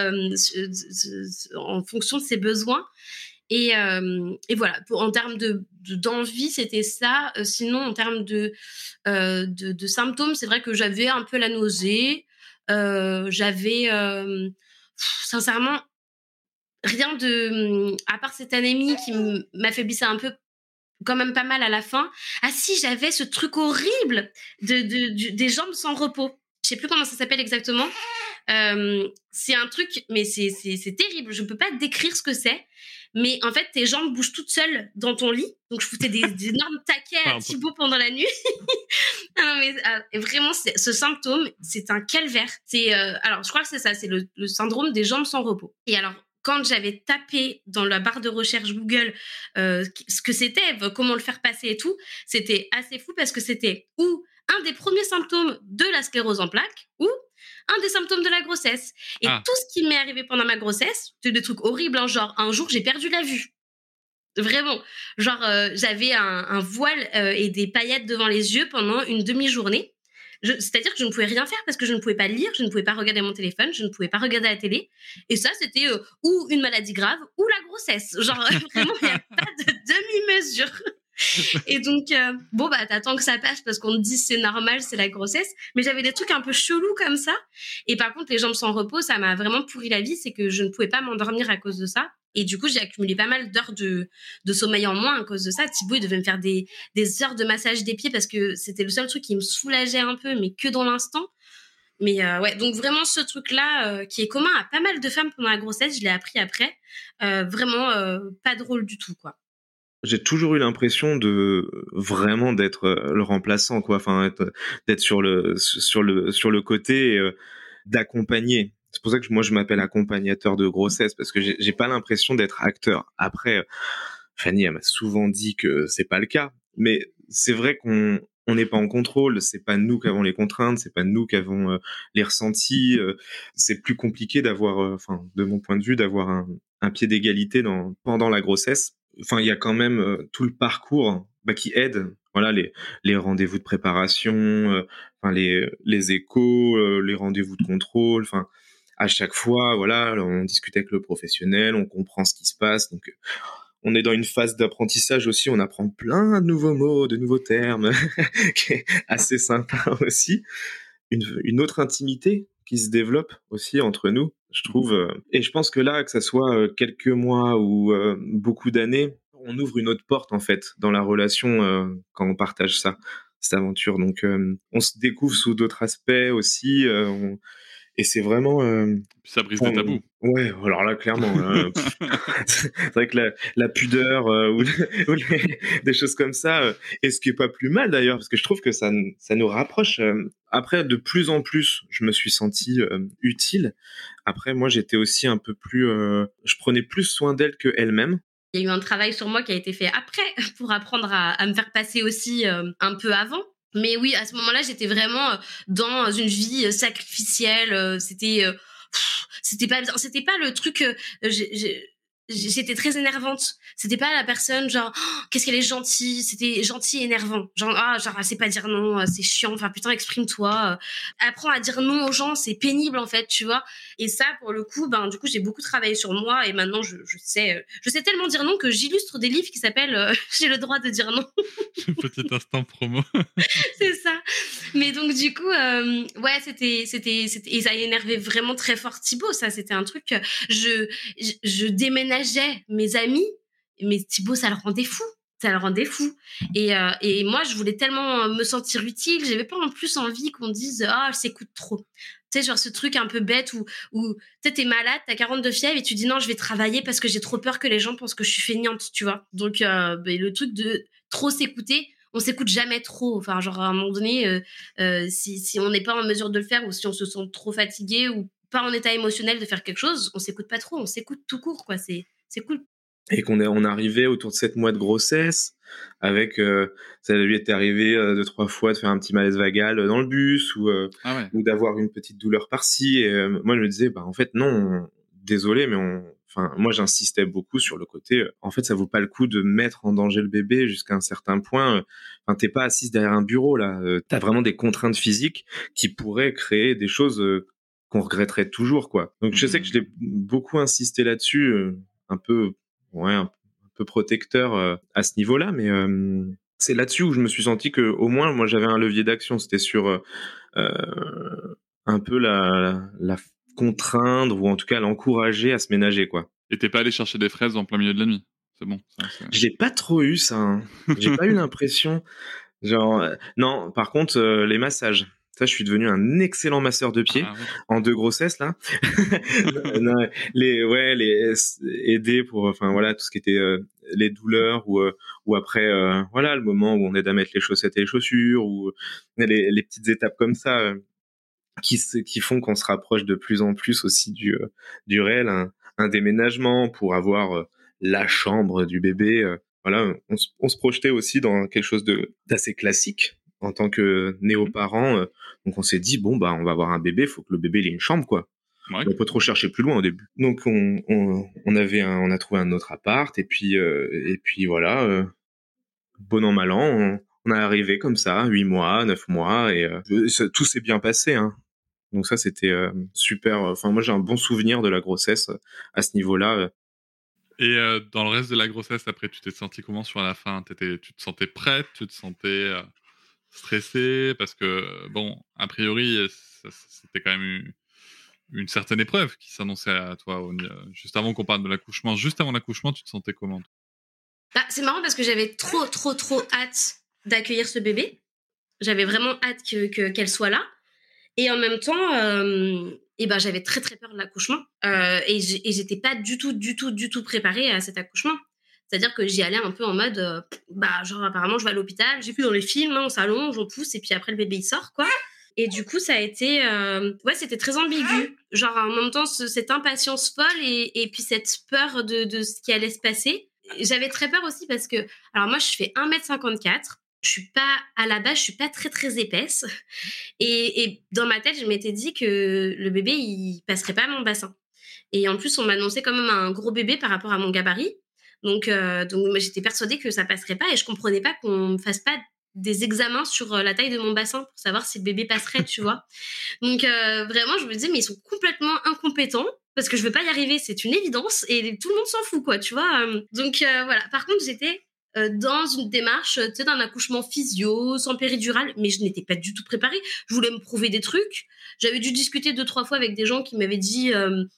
en fonction de ses besoins. Et voilà, en termes d'envie, c'était ça. Sinon, en termes de symptômes, c'est vrai que j'avais un peu la nausée. J'avais... sincèrement, rien à part cette anémie qui m'affaiblissait un peu, quand même pas mal à la fin. Ah si, j'avais ce truc horrible des jambes sans repos. Je sais plus comment ça s'appelle exactement. C'est un truc, mais c'est terrible. Je peux pas décrire ce que c'est. Mais en fait, tes jambes bougent toutes seules dans ton lit. Donc, je foutais des énormes taquets à Thibaut pendant la nuit. Non, mais vraiment, ce symptôme, c'est un calvaire. Alors, je crois que c'est ça, c'est le syndrome des jambes sans repos. Et alors, quand j'avais tapé dans la barre de recherche Google ce que c'était, comment le faire passer et tout, c'était assez fou parce que c'était ou un des premiers symptômes de la sclérose en plaques ou un des symptômes de la grossesse. Et tout ce qui m'est arrivé pendant ma grossesse, c'est des trucs horribles, hein, genre un jour j'ai perdu la vue. Vraiment. Genre j'avais un voile et des paillettes devant les yeux pendant une demi-journée. C'est-à-dire que je ne pouvais rien faire parce que je ne pouvais pas lire, je ne pouvais pas regarder mon téléphone, je ne pouvais pas regarder la télé. Et ça, c'était ou une maladie grave ou la grossesse. Genre vraiment, il n'y a pas de demi-mesure. Et donc, t'attends que ça passe parce qu'on te dit c'est normal, c'est la grossesse. Mais j'avais des trucs un peu chelous comme ça. Et par contre, les jambes sans repos, ça m'a vraiment pourri la vie. C'est que je ne pouvais pas m'endormir à cause de ça. Et du coup, j'ai accumulé pas mal d'heures de sommeil en moins à cause de ça. Thibaut, il devait me faire des heures de massage des pieds parce que c'était le seul truc qui me soulageait un peu, mais que dans l'instant. Mais ouais, donc vraiment ce truc-là qui est commun à pas mal de femmes pendant la grossesse, je l'ai appris après. Vraiment pas drôle du tout, quoi. J'ai toujours eu l'impression vraiment d'être le remplaçant, quoi. Enfin, d'être sur le côté d'accompagner. C'est pour ça que moi je m'appelle accompagnateur de grossesse, parce que j'ai pas l'impression d'être acteur. Après, Fanny elle m'a souvent dit que c'est pas le cas, mais c'est vrai qu'on n'est pas en contrôle, c'est pas nous qui avons les contraintes, c'est pas nous qui avons les ressentis. C'est plus compliqué d'avoir, enfin, de mon point de vue, d'avoir un pied d'égalité pendant la grossesse. Enfin, il y a quand même tout le parcours qui aide. Voilà, les rendez-vous de préparation, enfin les échos, les rendez-vous de contrôle. Enfin, à chaque fois, voilà, on discute avec le professionnel, on comprend ce qui se passe. Donc, on est dans une phase d'apprentissage aussi. On apprend plein de nouveaux mots, de nouveaux termes, qui est assez sympa aussi. Une autre intimité qui se développe aussi entre nous, je trouve. Et je pense que là, que ça soit quelques mois ou beaucoup d'années, on ouvre une autre porte en fait dans la relation quand on partage ça, cette aventure. Donc, on se découvre sous d'autres aspects aussi. Et c'est vraiment. Puis ça brise des tabous. Ouais, alors là, clairement. C'est vrai que la pudeur ou des choses comme ça, et ce qui est pas plus mal d'ailleurs, parce que je trouve que ça nous rapproche. Après, de plus en plus, je me suis senti utile. Après, moi, j'étais aussi un peu plus. Je prenais plus soin d'elle que elle-même. Il y a eu un travail sur moi qui a été fait après pour apprendre à me faire passer aussi un peu avant. Mais oui, à ce moment-là, j'étais vraiment dans une vie sacrificielle. C'était pas le truc. J'étais très énervante. C'était pas la personne genre qu'est-ce qu'elle est gentille. C'était gentil et énervant. Genre elle sait pas dire non, c'est chiant. Enfin putain, exprime-toi. Apprends à dire non aux gens, c'est pénible en fait, tu vois. Et ça, pour le coup, du coup, j'ai beaucoup travaillé sur moi et maintenant je sais tellement dire non que j'illustre des livres qui s'appellent J'ai le droit de dire non. Petit instant promo. C'est ça. Mais donc du coup, ouais, c'était et ça énervait vraiment très fort Thibaut. Ça, c'était un truc. Je déménageais mes amis, mais Thibaut, ça le rendait fou. Ça le rendait fou. Et moi, je voulais tellement me sentir utile. J'avais pas en plus envie qu'on dise elle s'écoute trop. Tu sais, genre ce truc un peu bête où tu sais, t'es malade, t'as 42 fièvres et tu dis non, je vais travailler parce que j'ai trop peur que les gens pensent que je suis feignante, tu vois. Donc le truc de trop s'écouter, on s'écoute jamais trop. Enfin, genre à un moment donné, si on n'est pas en mesure de le faire ou si on se sent trop fatigué ou pas en état émotionnel de faire quelque chose, on s'écoute pas trop, on s'écoute tout court, quoi. C'est cool. Et on arrivait autour de 7 mois de grossesse, avec ça lui était arrivé 2-3 fois de faire un petit malaise vagal dans le bus ou d'avoir une petite douleur par-ci. Et moi, je me disais, en fait, non, désolé, mais moi, j'insistais beaucoup sur le côté. En fait, ça vaut pas le coup de mettre en danger le bébé jusqu'à un certain point. T'es pas assise derrière un bureau là. T'as vraiment des contraintes physiques qui pourraient créer des choses qu'on regretterait toujours, quoi. Donc, je sais que je l'ai beaucoup insisté là-dessus, un peu protecteur à ce niveau-là, mais c'est là-dessus où je me suis senti que au moins moi j'avais un levier d'action. C'était sur un peu la contraindre ou en tout cas l'encourager à se ménager, quoi. Et t'es pas allé chercher des fraises en plein milieu de la nuit? C'est bon. Je l'ai pas trop eu ça. Hein. J'ai pas eu l'impression. Genre non. Par contre les massages. Ça, je suis devenu un excellent masseur de pieds en 2 grossesses là. Non, aider pour, enfin voilà, tout ce qui était les douleurs ou après voilà le moment où on aide à mettre les chaussettes et les chaussures ou les petites étapes comme ça qui font qu'on se rapproche de plus en plus aussi du réel, un déménagement pour avoir la chambre du bébé. Voilà, on se projetait aussi dans quelque chose d'assez classique. En tant que néo-parent, donc on s'est dit on va avoir un bébé, faut que le bébé il ait une chambre, quoi. Ouais. On peut trop chercher plus loin au début. Donc on a trouvé un autre appart et puis voilà, bon an mal an, on est arrivé comme ça, 8 mois, 9 mois et tout s'est bien passé, hein. Donc ça c'était super. Enfin moi j'ai un bon souvenir de la grossesse à ce niveau-là. Et dans le reste de la grossesse, après, tu t'es sentie comment sur la fin? Tu te sentais prête? Tu te sentais stressé parce que, bon, a priori, c'était quand même une certaine épreuve qui s'annonçait à toi juste avant qu'on parle de l'accouchement. Juste avant l'accouchement, tu te sentais comment? C'est marrant parce que j'avais trop hâte d'accueillir ce bébé. J'avais vraiment hâte qu'elle soit là. Et en même temps, j'avais très peur de l'accouchement. Et j'étais pas du tout préparée à cet accouchement. C'est-à-dire que j'y allais un peu en mode, genre apparemment je vais à l'hôpital, j'ai vu dans les films, on s'allonge, on pousse et puis après le bébé il sort, quoi. Et du coup, ça a été, c'était très ambigu. Genre, en même temps, cette impatience folle et puis cette peur de ce qui allait se passer. J'avais très peur aussi parce que, alors moi, je fais 1m54. À la base, je suis pas très, très épaisse. Et dans ma tête, je m'étais dit que le bébé, il passerait pas à mon bassin. Et en plus, on m'annonçait quand même un gros bébé par rapport à mon gabarit. Donc moi, j'étais persuadée que ça passerait pas et je comprenais pas qu'on me fasse pas des examens sur la taille de mon bassin pour savoir si le bébé passerait, tu vois. Donc vraiment, je me disais, mais ils sont complètement incompétents parce que je veux pas y arriver, c'est une évidence et tout le monde s'en fout, quoi, tu vois. Donc voilà. Par contre, j'étais dans une démarche, tu sais, d'un accouchement physio, sans péridurale, mais je n'étais pas du tout préparée. Je voulais me prouver des trucs. J'avais dû discuter 2-3 fois avec des gens qui m'avaient dit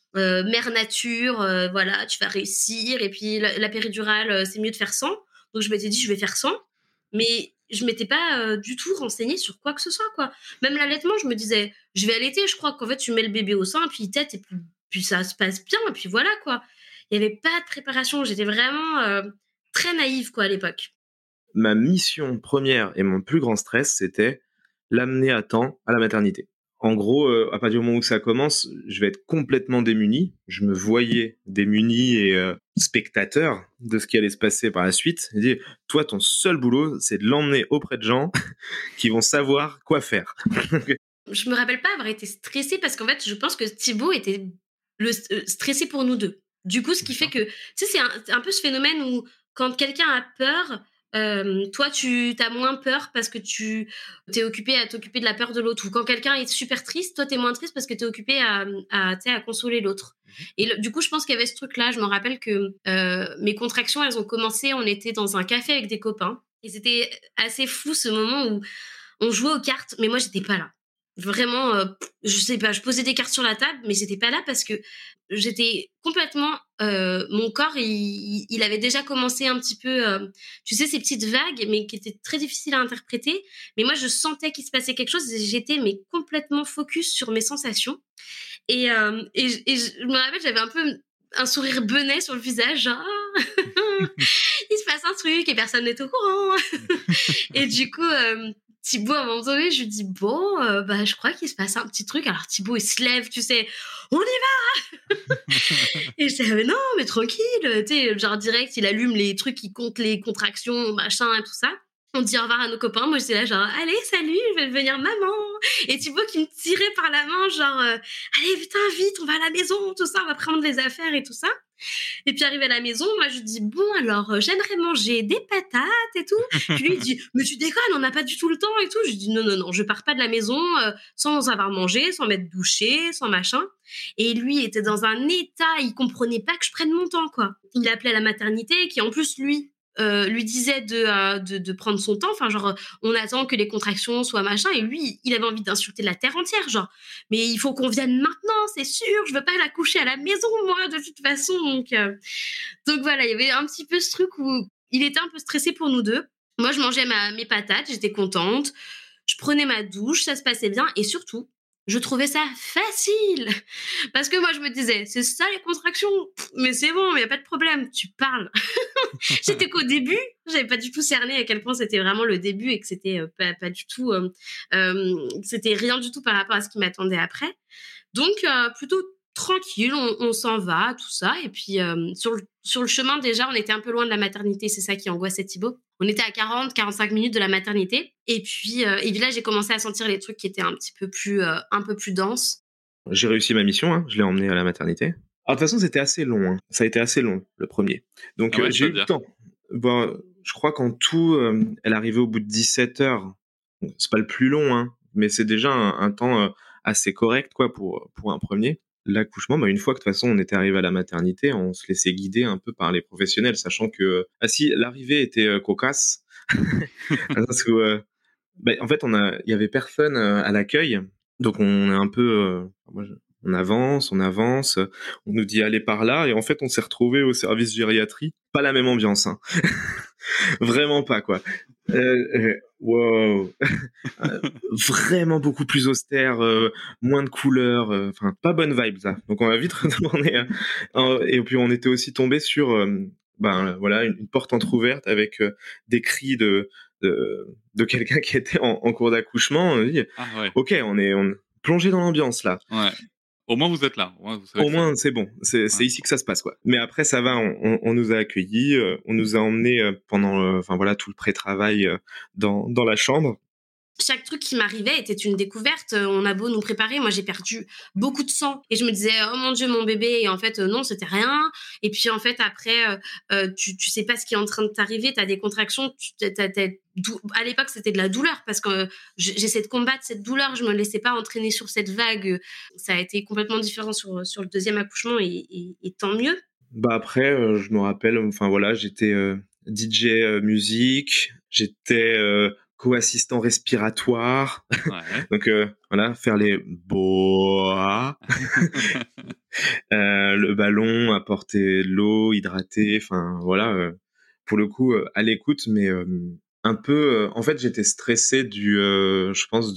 mère nature, voilà, tu vas réussir. Et puis la péridurale, c'est mieux de faire sans. Donc je m'étais dit, je vais faire sans. Mais je m'étais pas du tout renseignée sur quoi que ce soit, quoi. Même l'allaitement, je me disais, je vais allaiter, je crois qu'en fait, tu mets le bébé au sein, puis il tète, et puis ça se passe bien, et puis voilà, quoi. Il n'y avait pas de préparation. J'étais vraiment très naïve, quoi, à l'époque. Ma mission première et mon plus grand stress, c'était l'amener à temps à la maternité. En gros, à partir du moment où ça commence, je vais être complètement démuni. Je me voyais démuni et spectateur de ce qui allait se passer par la suite. Je dis, toi, ton seul boulot, c'est de l'emmener auprès de gens qui vont savoir quoi faire. Je me rappelle pas avoir été stressée parce qu'en fait, je pense que Thibaut était stressé pour nous deux. Du coup, ce qui fait que, tu sais, c'est un peu ce phénomène où quand quelqu'un a peur, toi, tu as moins peur parce que tu t'es occupé à t'occuper de la peur de l'autre. Ou quand quelqu'un est super triste, toi, t'es moins triste parce que t'es occupé à consoler l'autre. Et du coup, je pense qu'il y avait ce truc-là. Je me rappelle que mes contractions, elles ont commencé, on était dans un café avec des copains. Et c'était assez fou ce moment où on jouait aux cartes, mais moi, j'étais pas là. Vraiment, je sais pas, je posais des cartes sur la table, mais j'étais pas là parce que j'étais complètement, mon corps, il avait déjà commencé un petit peu, tu sais, ces petites vagues, mais qui étaient très difficiles à interpréter. Mais moi, je sentais qu'il se passait quelque chose et j'étais mais complètement focus sur mes sensations. Et je me rappelle, j'avais un peu un sourire benet sur le visage, genre il se passe un truc et personne n'est au courant. Et du coup, Thibaut, à un moment donné, je lui dis, bon, je crois qu'il se passe un petit truc. Alors Thibaut, il se lève, tu sais, on y va. Et je dis, mais non, mais tranquille, tu sais, genre direct, il allume les trucs qui comptent les contractions, machin et tout ça. On dit au revoir à nos copains. Moi, j'étais là, genre, allez, salut, je vais devenir maman. Et Thibaut qui me tirait par la main, genre, allez, putain, vite, on va à la maison, tout ça, on va prendre les affaires et tout ça. Et puis, arrivé à la maison, moi, je dis, bon, alors, j'aimerais manger des patates et tout. Puis lui, il dit, mais tu déconnes, on n'a pas du tout le temps et tout. Je dis, non, je pars pas de la maison sans avoir mangé, sans m'être douché, sans machin. Et lui était dans un état, il comprenait pas que je prenne mon temps, quoi. Il appelait à la maternité, qui en plus, lui disait de prendre son temps, enfin genre on attend que les contractions soient machin, et lui il avait envie d'insulter la terre entière, genre mais il faut qu'on vienne maintenant, c'est sûr, je veux pas la coucher à la maison moi de toute façon. Donc voilà, il y avait un petit peu ce truc où il était un peu stressé pour nous deux. Moi je mangeais mes patates, j'étais contente, je prenais ma douche, ça se passait bien, et surtout je trouvais ça facile. Parce que moi, je me disais, c'est ça les contractions, mais c'est bon, il n'y a pas de problème, tu parles. J'étais qu'au début, j'avais pas du tout cerné à quel point c'était vraiment le début et que c'était pas du tout, c'était rien du tout par rapport à ce qui m'attendait après. Donc, plutôt tranquille, on s'en va, tout ça. Et puis, sur le chemin, déjà, on était un peu loin de la maternité, c'est ça qui angoissait Thibaut. On était à 40-45 minutes de la maternité. Et puis là, j'ai commencé à sentir les trucs qui étaient un peu plus denses. J'ai réussi ma mission, hein. Je l'ai emmené à la maternité. Alors, de toute façon, c'était assez long. Hein. Ça a été assez long, le premier. Donc, j'ai eu le temps. Bon, je crois qu'en tout, elle arrivait au bout de 17 heures. C'est pas le plus long, hein, mais c'est déjà un temps assez correct, quoi, pour un premier. L'accouchement, une fois que de toute façon on était arrivé à la maternité, on se laissait guider un peu par les professionnels, sachant que si l'arrivée était cocasse, parce que en fait il y avait personne à l'accueil, donc on est un peu, on avance, on nous dit allez par là, et en fait on s'est retrouvé au service gériatrie, pas la même ambiance, hein. Vraiment pas, quoi. Wow. Vraiment beaucoup plus austère, moins de couleurs, enfin pas bonne vibe ça. Donc on va vite retourner. Et puis on était aussi tombé sur voilà une porte entrouverte avec des cris de de quelqu'un qui était en cours d'accouchement. On dit, ok, on est plongé dans l'ambiance là. Ouais. Au moins vous êtes là. Vous savez Au moins c'est bon, c'est ici que ça se passe quoi. Mais après ça va, on nous a accueillis, on nous a emmenés pendant, tout le pré-travail dans la chambre. Chaque truc qui m'arrivait était une découverte. On a beau nous préparer, moi j'ai perdu beaucoup de sang et je me disais oh mon Dieu mon bébé, et en fait non, c'était rien. Et puis en fait après tu sais pas ce qui est en train de t'arriver, t'as des contractions, à l'époque c'était de la douleur parce que j'essaie de combattre cette douleur, je me laissais pas entraîner sur cette vague. Ça a été complètement différent sur le deuxième accouchement et tant mieux. Bah après je me rappelle, j'étais DJ musique, j'étais co-assistant respiratoire. Ouais. Donc faire les bois, le ballon, apporter de l'eau, hydrater, pour le coup à l'écoute, mais un peu. En fait, j'étais stressé je pense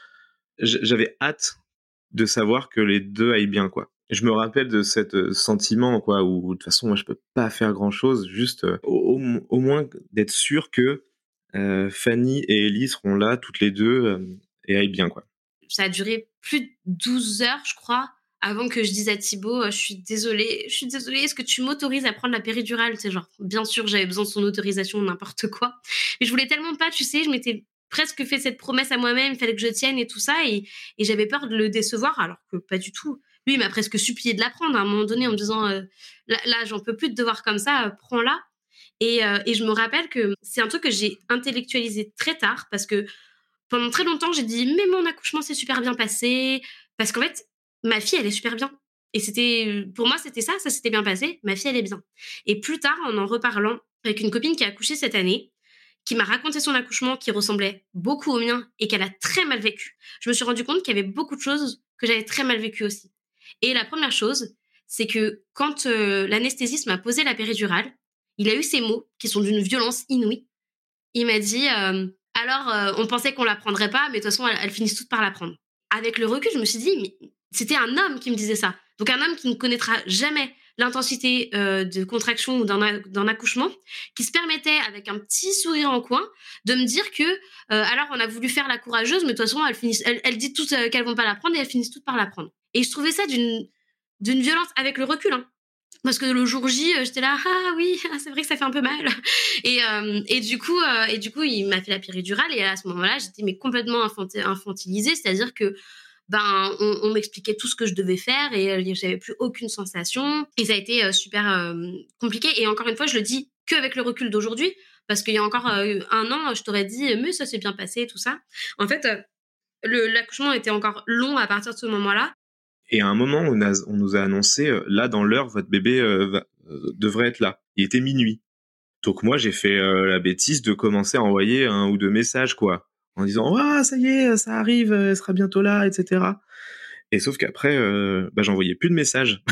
j'avais hâte de savoir que les deux aillent bien, quoi. Je me rappelle de cet sentiment, quoi, où de toute façon, moi, je peux pas faire grand-chose, juste au moins d'être sûr que Fanny et Ellie seront là, toutes les deux, et aillent bien, quoi. Ça a duré plus de 12 heures, je crois, avant que je dise à Thibaut, je suis désolée, est-ce que tu m'autorises à prendre la péridurale? C'est genre, bien sûr, j'avais besoin de son autorisation, n'importe quoi. Mais je voulais tellement pas, tu sais, je m'étais presque fait cette promesse à moi-même, il fallait que je tienne et tout ça, et j'avais peur de le décevoir, alors que pas du tout. Lui, il m'a presque supplié de la prendre à un moment donné en me disant, là, j'en peux plus de te voir comme ça, prends-la. Et je me rappelle que c'est un truc que j'ai intellectualisé très tard parce que pendant très longtemps, j'ai dit mais mon accouchement s'est super bien passé parce qu'en fait, ma fille, elle est super bien. Et pour moi, c'était ça s'était bien passé, ma fille, elle est bien. Et plus tard, en reparlant avec une copine qui a accouché cette année, qui m'a raconté son accouchement qui ressemblait beaucoup au mien et qu'elle a très mal vécu, je me suis rendu compte qu'il y avait beaucoup de choses que j'avais très mal vécues aussi. Et la première chose, c'est que quand l'anesthésiste m'a posé la péridurale, il a eu ces mots qui sont d'une violence inouïe. Il m'a dit on pensait qu'on la prendrait pas, mais de toute façon, elles finissent toutes par la prendre. Avec le recul, je me suis dit, mais c'était un homme qui me disait ça. Donc un homme qui ne connaîtra jamais l'intensité de contraction ou d'un accouchement, qui se permettait, avec un petit sourire en coin, de me dire que alors on a voulu faire la courageuse, mais de toute façon, elles disent toutes qu'elles vont pas la prendre et elles finissent toutes par la prendre. Et je trouvais ça d'une violence avec le recul, hein. Parce que le jour J, j'étais là, ah oui, c'est vrai que ça fait un peu mal. Et du coup, il m'a fait la péridurale. Et à ce moment-là, j'étais complètement infantilisée. C'est-à-dire que, on m'expliquait tout ce que je devais faire et j'avais plus aucune sensation. Et ça a été super compliqué. Et encore une fois, je le dis qu'avec le recul d'aujourd'hui. Parce qu'il y a encore un an, je t'aurais dit, mais ça s'est bien passé, tout ça. En fait, l'accouchement était encore long à partir de ce moment-là. Et à un moment, on nous a annoncé, là, dans l'heure, votre bébé devrait être là. Il était minuit. Donc moi, j'ai fait la bêtise de commencer à envoyer 1 ou 2 messages, quoi. En disant, ah, ça y est, ça arrive, elle sera bientôt là, etc. Et sauf qu'après, j'envoyais plus de messages.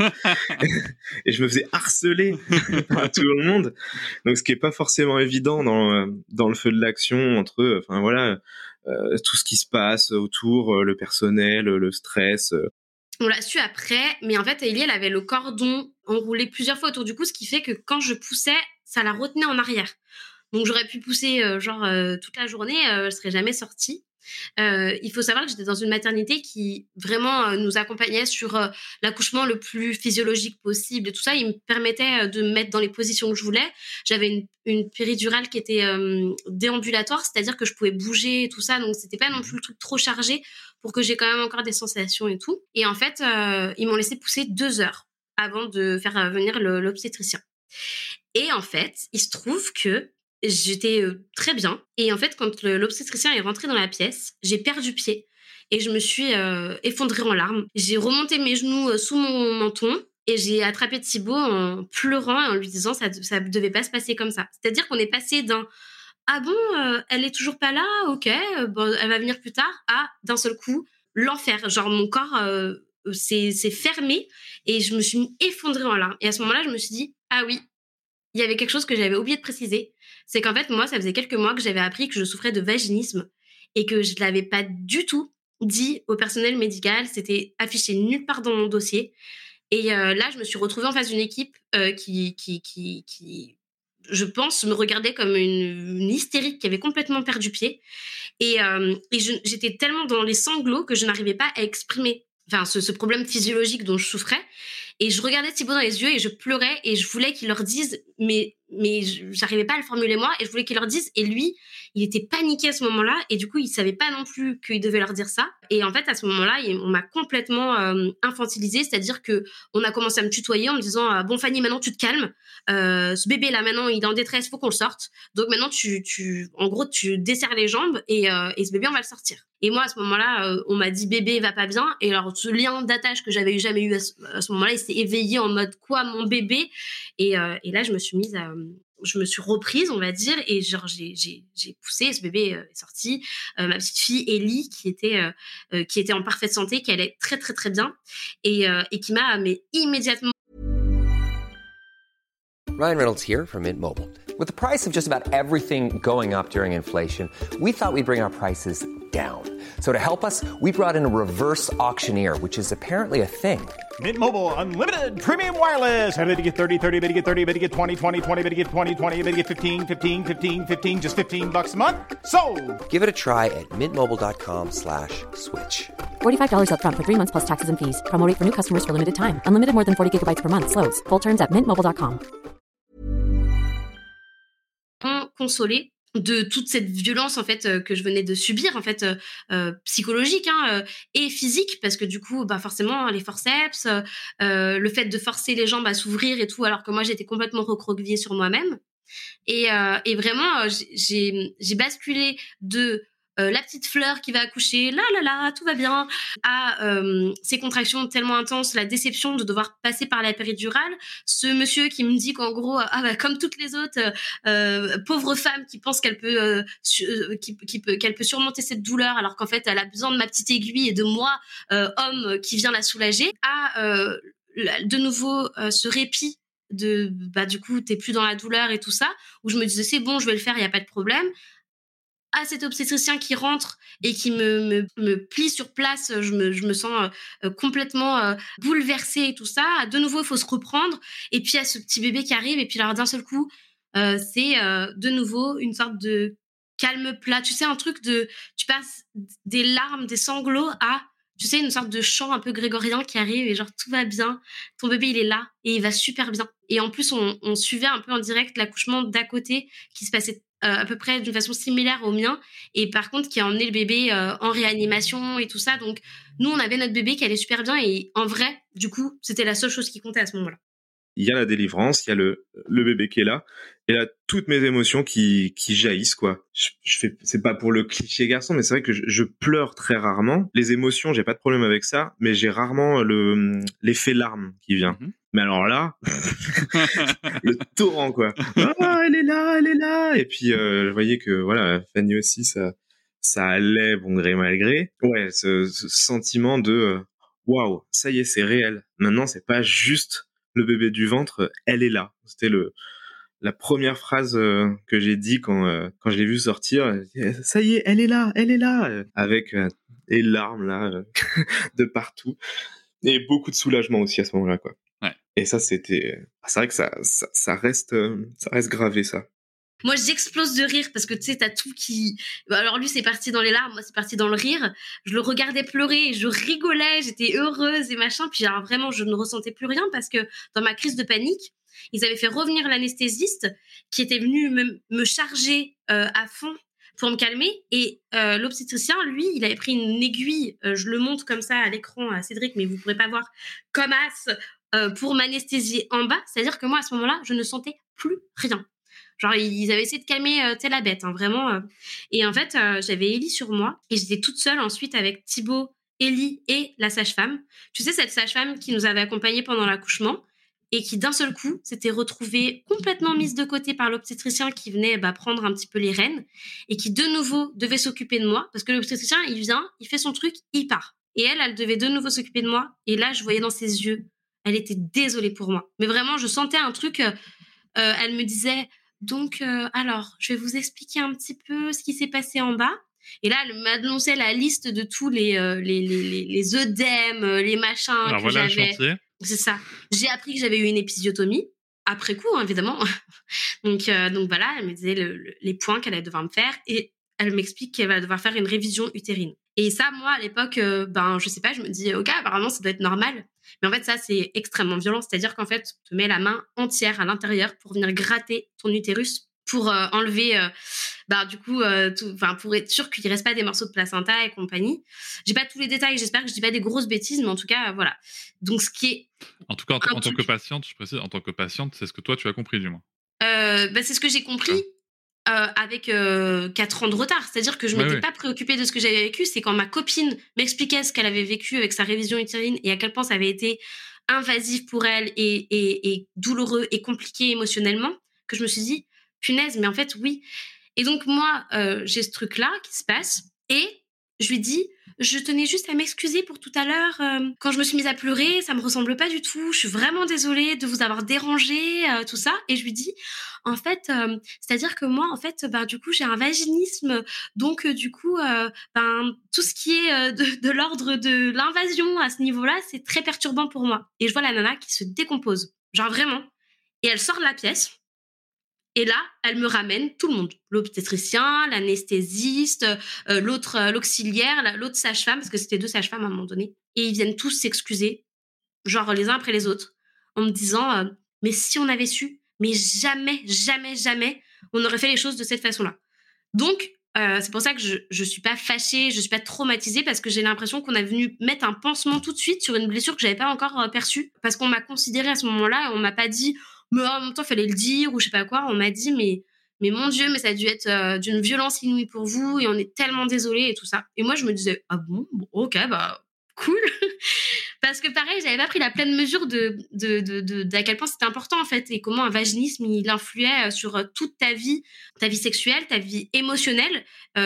Et je me faisais harceler par tout le monde. Donc ce qui est pas forcément évident dans le feu de l'action, entre, tout ce qui se passe autour, le personnel, le stress. On l'a su après, mais en fait, Ellie, elle avait le cordon enroulé plusieurs fois autour du cou, ce qui fait que quand je poussais, ça la retenait en arrière. Donc, j'aurais pu pousser toute la journée, elle serait jamais sortie. Il faut savoir que j'étais dans une maternité qui vraiment nous accompagnait sur l'accouchement le plus physiologique possible et tout ça. Il me permettait de me mettre dans les positions que je voulais. J'avais une péridurale qui était déambulatoire, c'est-à-dire que je pouvais bouger et tout ça, donc c'était pas non plus le truc trop chargé pour que j'ai quand même encore des sensations et tout. Et en fait, ils m'ont laissé pousser 2 heures avant de faire venir l'obstétricien. Et en fait, il se trouve que j'étais très bien. Et en fait, quand l'obstétricien est rentré dans la pièce, j'ai perdu pied et je me suis effondrée en larmes. J'ai remonté mes genoux sous mon menton et j'ai attrapé Thibaut en pleurant et en lui disant ça devait pas se passer comme ça. C'est-à-dire qu'on est passé d'un ah bon, elle est toujours pas là, ok, elle va venir plus tard, à d'un seul coup l'enfer. Genre mon corps s'est fermé et je me suis effondrée en larmes. Et à ce moment-là, je me suis dit ah oui, il y avait quelque chose que j'avais oublié de préciser, c'est qu'en fait, moi, ça faisait quelques mois que j'avais appris que je souffrais de vaginisme et que je ne l'avais pas du tout dit au personnel médical. C'était affiché nulle part dans mon dossier. Et là, je me suis retrouvée en face d'une équipe qui je pense, me regardait comme une hystérique qui avait complètement perdu pied. Et j'étais tellement dans les sanglots que je n'arrivais pas à exprimer ce problème physiologique dont je souffrais. Et je regardais Thibaut dans les yeux et je pleurais et je voulais qu'il leur dise, mais j'arrivais pas à le formuler moi, et je voulais qu'il leur dise. Et lui, il était paniqué à ce moment-là et du coup, il savait pas non plus qu'il devait leur dire ça. Et en fait, à ce moment-là, on m'a complètement infantilisée, c'est-à-dire que on a commencé à me tutoyer en me disant bon Fanny, maintenant tu te calmes. Ce bébé là, maintenant il est en détresse, faut qu'on le sorte. Donc maintenant en gros, tu desserres les jambes et ce bébé on va le sortir. Et moi à ce moment-là, on m'a dit bébé va pas bien. Et alors ce lien d'attache que j'avais jamais eu à ce moment-là, il s'est éveillé en mode quoi mon bébé. Et là je me suis reprise, on va dire, et genre j'ai poussé, ce bébé est sorti. Ma petite fille Ellie qui était en parfaite santé, qui allait très très très bien et qui m'a immédiatement. Ryan Reynolds here from Mint Mobile. With the price of just about everything going up during inflation, we thought we'd bring our prices down. So to help us, we brought in a reverse auctioneer, which is apparently a thing. Mint Mobile Unlimited Premium Wireless. How to get 30, 30, how to get 30, how to get 20, 20, 20, how to get 20, 20, how to get 15, 15, 15, 15, just $15 a month? Sold! Give it a try at mintmobile.com/switch. $45 up front for 3 months plus taxes and fees. Promo rate for new customers for limited time. Unlimited more than 40 gigabytes per month. Slows full terms at mintmobile.com. Consolée de toute cette violence en fait que je venais de subir en fait psychologique et physique, parce que du coup forcément les forceps, le fait de forcer les jambes à s'ouvrir et tout, alors que moi j'étais complètement recroquevillée sur moi-même et vraiment j'ai basculé de la petite fleur qui va accoucher, là, tout va bien, à ces contractions tellement intenses, la déception de devoir passer par la péridurale, ce monsieur qui me dit qu'en gros, comme toutes les autres pauvres femmes qui pensent qu'elle peut qu'elle peut surmonter cette douleur, alors qu'en fait elle a besoin de ma petite aiguille et de moi, homme, qui vient la soulager, à de nouveau ce répit de du coup t'es plus dans la douleur et tout ça, où je me disais c'est bon, je vais le faire, il y a pas de problème, à cet obstétricien qui rentre et qui me plie sur place, je me sens complètement bouleversée et tout ça. De nouveau, il faut se reprendre. Et puis, il y a ce petit bébé qui arrive. Et puis, alors, d'un seul coup, c'est de nouveau une sorte de calme plat. Tu sais, un truc tu passes des larmes, des sanglots à, tu sais, une sorte de chant un peu grégorien qui arrive et genre, tout va bien. Ton bébé, il est là et il va super bien. Et en plus, on suivait un peu en direct l'accouchement d'à côté qui se passait à peu près d'une façon similaire au mien, et par contre qui a emmené le bébé en réanimation et tout ça. Donc nous on avait notre bébé qui allait super bien, et en vrai du coup c'était la seule chose qui comptait à ce moment-là. Il y a la délivrance, il y a le bébé qui est là, et là toutes mes émotions qui jaillissent quoi. C'est pas pour le cliché garçon, mais c'est vrai que je pleure très rarement. Les émotions, j'ai pas de problème avec ça, mais j'ai rarement l'effet larme qui vient. Mais alors là, le torrent quoi. Ah, elle est là. Et puis je voyais que voilà, Fanny aussi, ça allait bon gré mal gré. Ouais, ce sentiment de waouh, ça y est, c'est réel. Maintenant, c'est pas juste le bébé du ventre, elle est là. C'était la première phrase que j'ai dit quand je l'ai vu sortir. Ça y est, elle est là, avec des larmes là de partout, et beaucoup de soulagement aussi à ce moment-là quoi. Ouais. Et ça, c'est vrai que ça reste gravé ça. Moi, j'explose de rire parce que tu sais, t'as tout qui. Alors lui, c'est parti dans les larmes, moi, c'est parti dans le rire. Je le regardais pleurer, je rigolais, j'étais heureuse et machin. Puis alors, vraiment, je ne ressentais plus rien parce que dans ma crise de panique, ils avaient fait revenir l'anesthésiste qui était venu me charger à fond pour me calmer. Et l'obstétricien, lui, il avait pris une aiguille, je le montre comme ça à l'écran à Cédric, mais vous ne pourrez pas voir, comme as, pour m'anesthésier en bas. C'est-à-dire que moi, à ce moment-là, je ne sentais plus rien. Genre, ils avaient essayé de calmer la bête, vraiment. Et en fait, j'avais Ellie sur moi et j'étais toute seule ensuite avec Thibaut, Ellie et la sage-femme. Tu sais, cette sage-femme qui nous avait accompagnés pendant l'accouchement et qui, d'un seul coup, s'était retrouvée complètement mise de côté par l'obstétricien qui venait prendre un petit peu les rênes et qui, de nouveau, devait s'occuper de moi parce que l'obstétricien, il vient, il fait son truc, il part. Et elle devait de nouveau s'occuper de moi. Et là, je voyais dans ses yeux, elle était désolée pour moi. Mais vraiment, je sentais un truc, elle me disait... Donc, alors, je vais vous expliquer un petit peu ce qui s'est passé en bas. Et là, elle m'annonçait la liste de tous les œdèmes, les machins alors que voilà j'avais. le chantier. C'est ça. J'ai appris que j'avais eu une épisiotomie. après coup, hein, évidemment. Donc voilà, elle me disait les points qu'elle allait devoir me faire et elle m'explique qu'elle va devoir faire une révision utérine. Et ça, moi, à l'époque, je sais pas, je me dis, ok, apparemment, ça doit être normal. Mais en fait, ça, c'est extrêmement violent. C'est-à-dire qu'en fait, on te met la main entière à l'intérieur pour venir gratter ton utérus pour enlever, pour être sûr qu'il ne reste pas des morceaux de placenta et compagnie. J'ai pas tous les détails, j'espère que je dis pas des grosses bêtises, mais en tout cas, voilà. Donc, ce qui est... En tout cas, en tant que patiente, je précise, en tant que patiente, c'est ce que toi, tu as compris, du moins. C'est ce que j'ai compris. Avec 4 ans de retard. C'est-à-dire que je m'étais pas préoccupée de ce que j'avais vécu. C'est quand ma copine m'expliquait ce qu'elle avait vécu avec sa révision utérine et à quel point ça avait été invasif pour elle et douloureux et compliqué émotionnellement que je me suis dit, punaise, mais en fait, oui. Et donc, moi, j'ai ce truc-là qui se passe et je lui dis, je tenais juste à m'excuser pour tout à l'heure. Quand je me suis mise à pleurer, ça me ressemble pas du tout. Je suis vraiment désolée de vous avoir dérangé, tout ça. Et je lui dis, en fait, c'est-à-dire que moi, en fait, du coup, j'ai un vaginisme. Donc, du coup, tout ce qui est de l'ordre de l'invasion à ce niveau-là, c'est très perturbant pour moi. Et je vois la nana qui se décompose. Genre vraiment. Et elle sort de la pièce. Et là, elle me ramène tout le monde. L'obstétricien, l'anesthésiste, l'auxiliaire, l'autre sage-femme, parce que c'était 2 sages-femmes à un moment donné. Et ils viennent tous s'excuser, genre les uns après les autres, en me disant mais si on avait su, mais jamais, jamais, jamais, on aurait fait les choses de cette façon-là. Donc, c'est pour ça que je suis pas fâchée, je suis pas traumatisée, parce que j'ai l'impression qu'on a venu mettre un pansement tout de suite sur une blessure que j'avais pas encore perçue. Parce qu'on m'a considérée à ce moment-là, et on m'a pas dit... mais en même temps, il fallait le dire ou je sais pas quoi. On m'a dit, mais mon Dieu, mais ça a dû être d'une violence inouïe pour vous et on est tellement désolés et tout ça. Et moi, je me disais, ah bon, ok, cool. Parce que pareil, j'avais pas pris la pleine mesure d'à quel point c'était important en fait et comment un vaginisme il influait sur toute ta vie sexuelle, ta vie émotionnelle,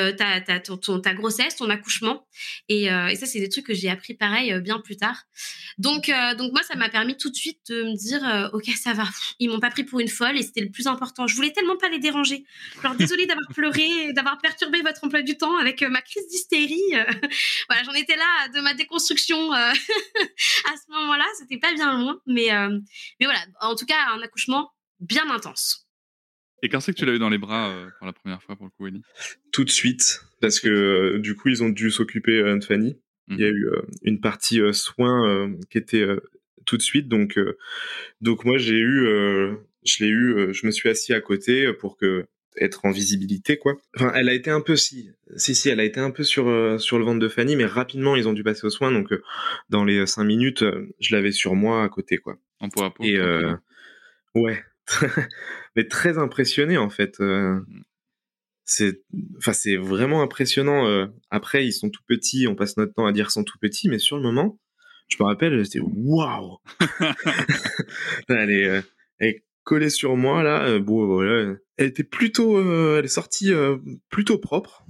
ta grossesse, ton accouchement et ça c'est des trucs que j'ai appris pareil bien plus tard. Donc moi ça m'a permis tout de suite de me dire ok ça va, ils m'ont pas pris pour une folle et c'était le plus important. Je voulais tellement pas les déranger. Alors désolée d'avoir pleuré, d'avoir perturbé votre emploi du temps avec ma crise d'hystérie. Voilà, j'en étais là de ma déconstruction. À ce moment-là, c'était pas bien loin, mais voilà, en tout cas, un accouchement bien intense. Et quand c'est que tu l'as eu dans les bras pour la première fois, pour le coup, Ellie ? Tout de suite, parce que du coup, ils ont dû s'occuper de Fanny. Il y a eu une partie soins qui était tout de suite, donc moi je me suis assis à côté pour être en visibilité, quoi. Enfin, elle a été un peu elle a été un peu sur le ventre de Fanny, mais rapidement ils ont dû passer aux soins, donc dans les 5 minutes je l'avais sur moi à côté, quoi. En peau à peau. Et ouais, mais très impressionné en fait. C'est vraiment impressionnant. Après ils sont tout petits, on passe notre temps à dire qu'ils sont tout petits, mais sur le moment, je me rappelle, c'était waouh. Elle est collée sur moi là, voilà. Elle était elle est sortie plutôt propre,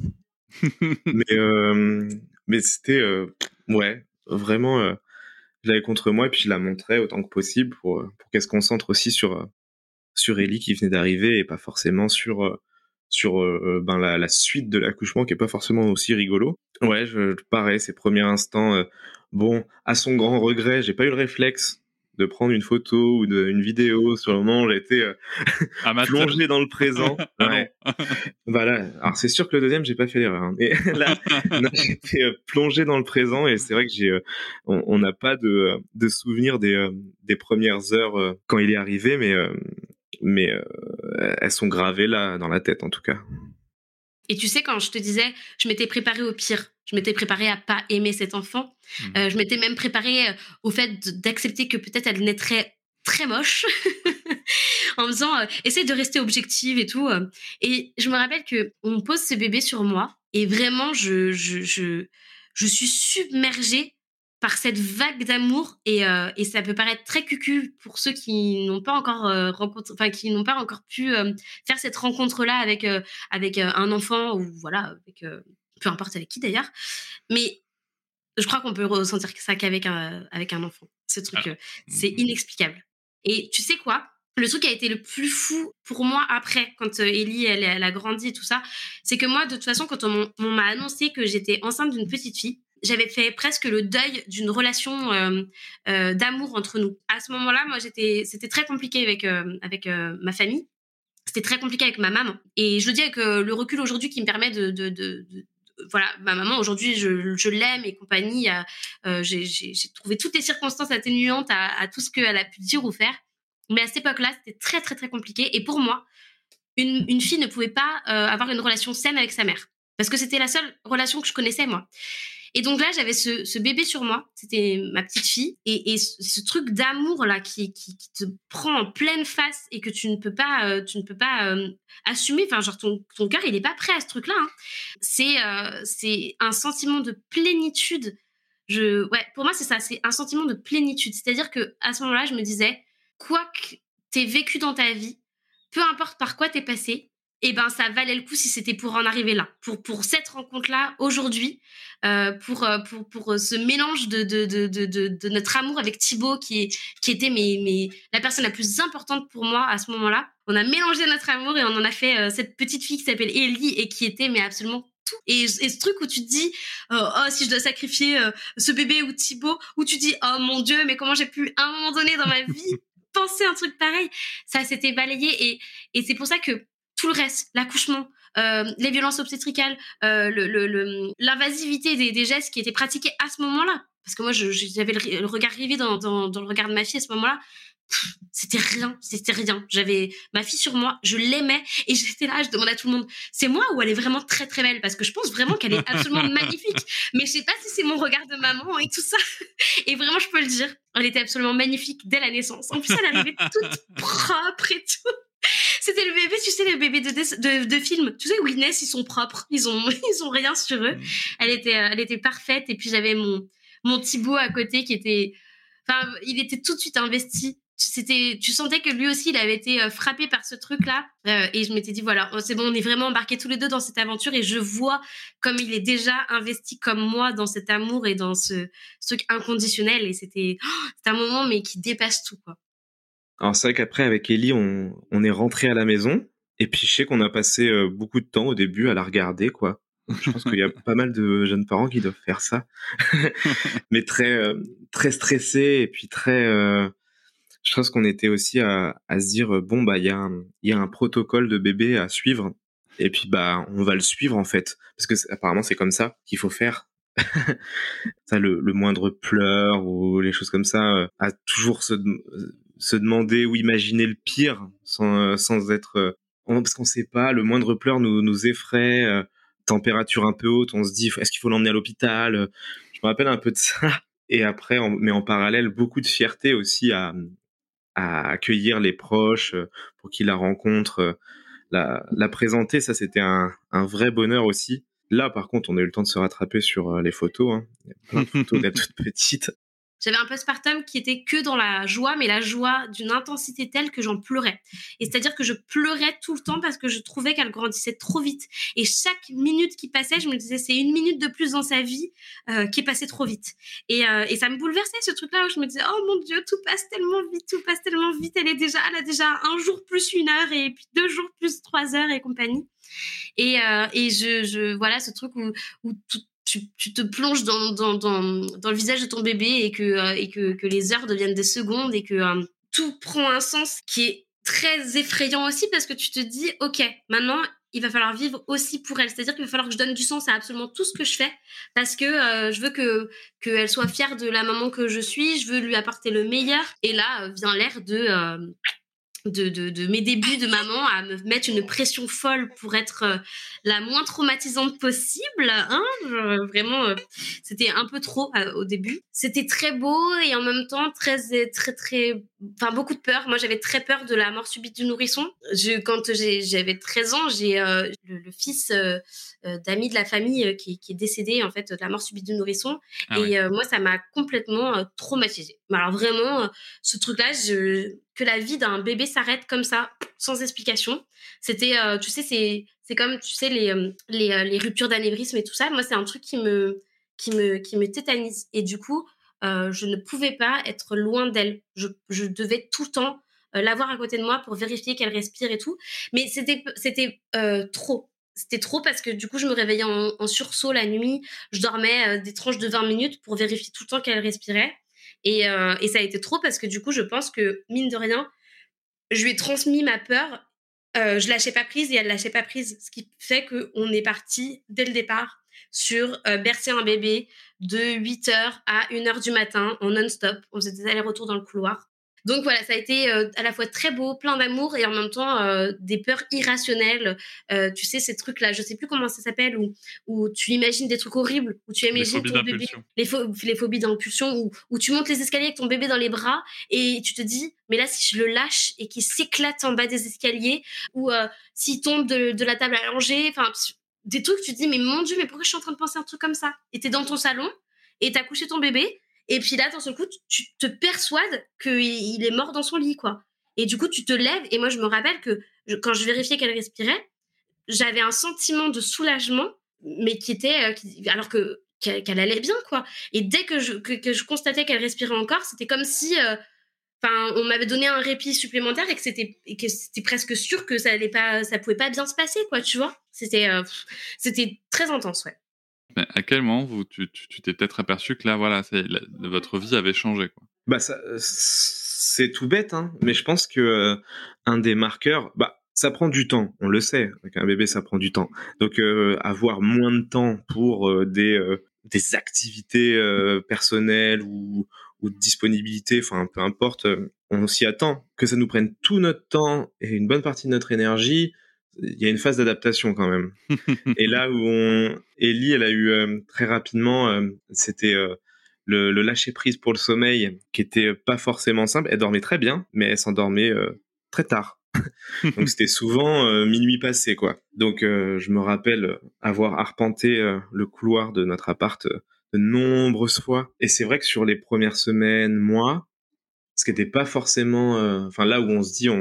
mais c'était ouais, vraiment, je l'avais contre moi et puis je la montrais autant que possible pour qu'elle se concentre aussi sur Ellie qui venait d'arriver et pas forcément sur la suite de l'accouchement qui est pas forcément aussi rigolo. Ouais, pareil, ces premiers instants, bon, à son grand regret, j'ai pas eu le réflexe de prendre une photo ou une vidéo. Sur le moment, j'ai été plongé dans le présent. Ouais. Voilà. Alors c'est sûr que le deuxième, j'ai pas fait l'erreur. Hein. Mais là, j'ai été plongé dans le présent et c'est vrai que on n'a pas de souvenir des premières heures quand il est arrivé, mais elles sont gravées là dans la tête en tout cas. Et tu sais, quand je te disais, je m'étais préparée au pire, je m'étais préparée à pas aimer cet enfant, je m'étais même préparée au fait d'accepter que peut-être elle naîtrait très moche, en me disant, essaye de rester objective et tout. Et je me rappelle qu'on pose ce bébé sur moi, et vraiment, je suis submergée par cette vague d'amour et ça peut paraître très cucu pour ceux qui n'ont pas encore qui n'ont pas encore pu faire cette rencontre-là avec un enfant ou voilà, avec peu importe avec qui d'ailleurs, mais je crois qu'on peut ressentir ça qu'avec un enfant. Ce truc, c'est inexplicable. Et tu sais quoi ? Le truc qui a été le plus fou pour moi après, quand Ellie elle a grandi et tout ça, c'est que moi, de toute façon, quand on m'a annoncé que j'étais enceinte d'une petite fille, j'avais fait presque le deuil d'une relation d'amour entre nous. À ce moment-là, moi, c'était très compliqué avec ma famille. C'était très compliqué avec ma maman. Et je le dis avec le recul aujourd'hui qui me permet voilà, ma maman, aujourd'hui, je l'aime et compagnie. J'ai trouvé toutes les circonstances atténuantes à tout ce qu'elle a pu dire ou faire. Mais à cette époque-là, c'était très, très, très compliqué. Et pour moi, une fille ne pouvait pas avoir une relation saine avec sa mère. Parce que c'était la seule relation que je connaissais, moi. Et donc là, j'avais ce bébé sur moi. C'était ma petite fille. Et ce truc d'amour, là, qui te prend en pleine face et que tu ne peux pas assumer. Enfin, genre, ton cœur, il n'est pas prêt à ce truc-là. Hein. C'est un sentiment de plénitude. Ouais, pour moi, c'est ça. C'est un sentiment de plénitude. C'est-à-dire qu'à ce moment-là, je me disais, quoi que t'aies vécu dans ta vie, peu importe par quoi t'es passé, eh ben ça valait le coup si c'était pour en arriver là, pour cette rencontre-là aujourd'hui, pour ce mélange de notre amour avec Thibaut qui était la personne la plus importante pour moi à ce moment-là. On a mélangé notre amour et on en a fait cette petite fille qui s'appelle Ellie et qui était mais absolument tout. Et ce truc où tu te dis si je dois sacrifier ce bébé ou Thibaut, où tu dis oh mon Dieu mais comment j'ai pu à un moment donné dans ma vie penser un truc pareil, ça s'était balayé et c'est pour ça que tout le reste, l'accouchement, les violences obstétricales, l'invasivité des gestes qui étaient pratiqués à ce moment-là, parce que moi j'avais le regard rivé dans le regard de ma fille à ce moment-là. C'était rien. J'avais ma fille sur moi, je l'aimais et j'étais là, je demandais à tout le monde, c'est moi ou elle est vraiment très très belle, parce que je pense vraiment qu'elle est absolument magnifique, mais je sais pas si c'est mon regard de maman et tout ça. Et vraiment, je peux le dire, elle était absolument magnifique dès la naissance. En plus, elle arrivait toute propre et tout. C'était le bébé, tu sais, les bébés de film. Tu sais, où ils naissent, ils sont propres. Ils ont rien sur eux. Elle était parfaite. Et puis, j'avais mon Thibaut à côté qui était, enfin, il était tout de suite investi. Tu sentais que lui aussi, il avait été frappé par ce truc-là. Et je m'étais dit, voilà, c'est bon, on est vraiment embarqués tous les deux dans cette aventure. Et je vois comme il est déjà investi comme moi dans cet amour et dans ce truc inconditionnel. Et c'était un moment, mais qui dépasse tout, quoi. Alors c'est vrai qu'après avec Ellie, on est rentré à la maison et puis je sais qu'on a passé beaucoup de temps au début à la regarder quoi. Je pense qu'il y a pas mal de jeunes parents qui doivent faire ça, mais très très stressés et puis très. Je pense qu'on était aussi à se dire bon bah il y a un protocole de bébé à suivre et puis bah on va le suivre en fait parce que apparemment c'est comme ça qu'il faut faire. Ça le moindre pleur ou les choses comme ça à toujours se demander ou imaginer le pire sans être parce qu'on sait pas, le moindre pleur nous effraie, température un peu haute, on se dit est-ce qu'il faut l'emmener à l'hôpital, je me rappelle un peu de ça. Et après mais en parallèle beaucoup de fierté aussi à accueillir les proches pour qu'ils la rencontrent, la présenter, ça c'était un vrai bonheur aussi. Là par contre on a eu le temps de se rattraper sur les photos, hein. Il y a plein de photos d'elle toute petite. J'avais un postpartum qui était que dans la joie, mais la joie d'une intensité telle que j'en pleurais. Et c'est-à-dire que je pleurais tout le temps parce que je trouvais qu'elle grandissait trop vite. Et chaque minute qui passait, je me disais, c'est une minute de plus dans sa vie qui est passée trop vite. Et ça me bouleversait, ce truc-là, où je me disais, oh mon Dieu, tout passe tellement vite. Elle a déjà un jour plus 1 heure, et puis 2 jours plus 3 heures et compagnie. Et voilà, ce truc où tu te plonges dans le visage de ton bébé et que les heures deviennent des secondes et que tout prend un sens qui est très effrayant aussi parce que tu te dis, ok, maintenant, il va falloir vivre aussi pour elle. C'est-à-dire qu'il va falloir que je donne du sens à absolument tout ce que je fais parce que je veux qu'elle soit fière de la maman que je suis, je veux lui apporter le meilleur. Et là, vient l'ère de mes débuts de maman à me mettre une pression folle pour être la moins traumatisante possible, hein. Vraiment, c'était un peu trop au début. C'était très beau et en même temps très, enfin beaucoup de peur. Moi, j'avais très peur de la mort subite du nourrisson. Quand j'avais 13 ans, j'ai le fils d'amis de la famille qui est décédé en fait de la mort subite du nourrisson. Ah et ouais. Moi, ça m'a complètement traumatisée. Alors vraiment, ce truc-là, que la vie d'un bébé s'arrête comme ça, sans explication. C'était, tu sais, c'est comme, tu sais, les ruptures d'anévrisme et tout ça. Moi, c'est un truc qui me tétanise. Et du coup, je ne pouvais pas être loin d'elle. Je devais tout le temps l'avoir à côté de moi pour vérifier qu'elle respire et tout. Mais c'était trop. c'était trop parce que du coup, je me réveillais en sursaut la nuit. Je dormais des tranches de 20 minutes pour vérifier tout le temps qu'elle respirait. Et ça a été trop parce que du coup, je pense que, mine de rien, je lui ai transmis ma peur. Je lâchais pas prise et elle lâchait pas prise. Ce qui fait qu'on est parti dès le départ sur bercer un bébé de 8h à 1h du matin en non-stop. On faisait des allers-retours dans le couloir. Donc voilà, ça a été à la fois très beau, plein d'amour et en même temps des peurs irrationnelles. Tu sais, ces trucs-là, je sais plus comment ça s'appelle, où tu imagines des trucs horribles, où tu imagines ton bébé, les phobies d'impulsion, où tu montes les escaliers avec ton bébé dans les bras et tu te dis, mais là, si je le lâche et qu'il s'éclate en bas des escaliers, ou s'il tombe de la table à langer, enfin, des trucs, tu te dis, mais mon Dieu, mais pourquoi je suis en train de penser un truc comme ça? Et t'es dans ton salon et t'as couché ton bébé. Et puis là, dans ce coup, tu te persuades qu'il est mort dans son lit, quoi. Et du coup, tu te lèves. Et moi, je me rappelle que quand je vérifiais qu'elle respirait, j'avais un sentiment de soulagement, mais qui était... alors qu'elle allait bien, quoi. Et dès que je constatais qu'elle respirait encore, c'était comme si... on m'avait donné un répit supplémentaire et que c'était presque sûr que ça pouvait pas bien se passer, quoi, tu vois. C'était très intense, ouais. Mais à quel moment tu t'es peut-être aperçu que là, voilà, votre vie avait changé, quoi? Bah, c'est tout bête, hein, mais je pense que un des marqueurs, ça prend du temps, on le sait. Avec un bébé, ça prend du temps. Donc, avoir moins de temps pour des activités personnelles ou de disponibilité, enfin, peu importe, on s'y attend. Que ça nous prenne tout notre temps et une bonne partie de notre énergie, il y a une phase d'adaptation quand même. Et là où Ellie, elle a eu très rapidement, c'était le lâcher prise pour le sommeil, qui était pas forcément simple. Elle dormait très bien, mais elle s'endormait très tard. Donc c'était souvent minuit passé, quoi. Donc je me rappelle avoir arpenté le couloir de notre appart de nombreuses fois. Et c'est vrai que sur les premières semaines, mois, ce qui n'était pas forcément, là où on se dit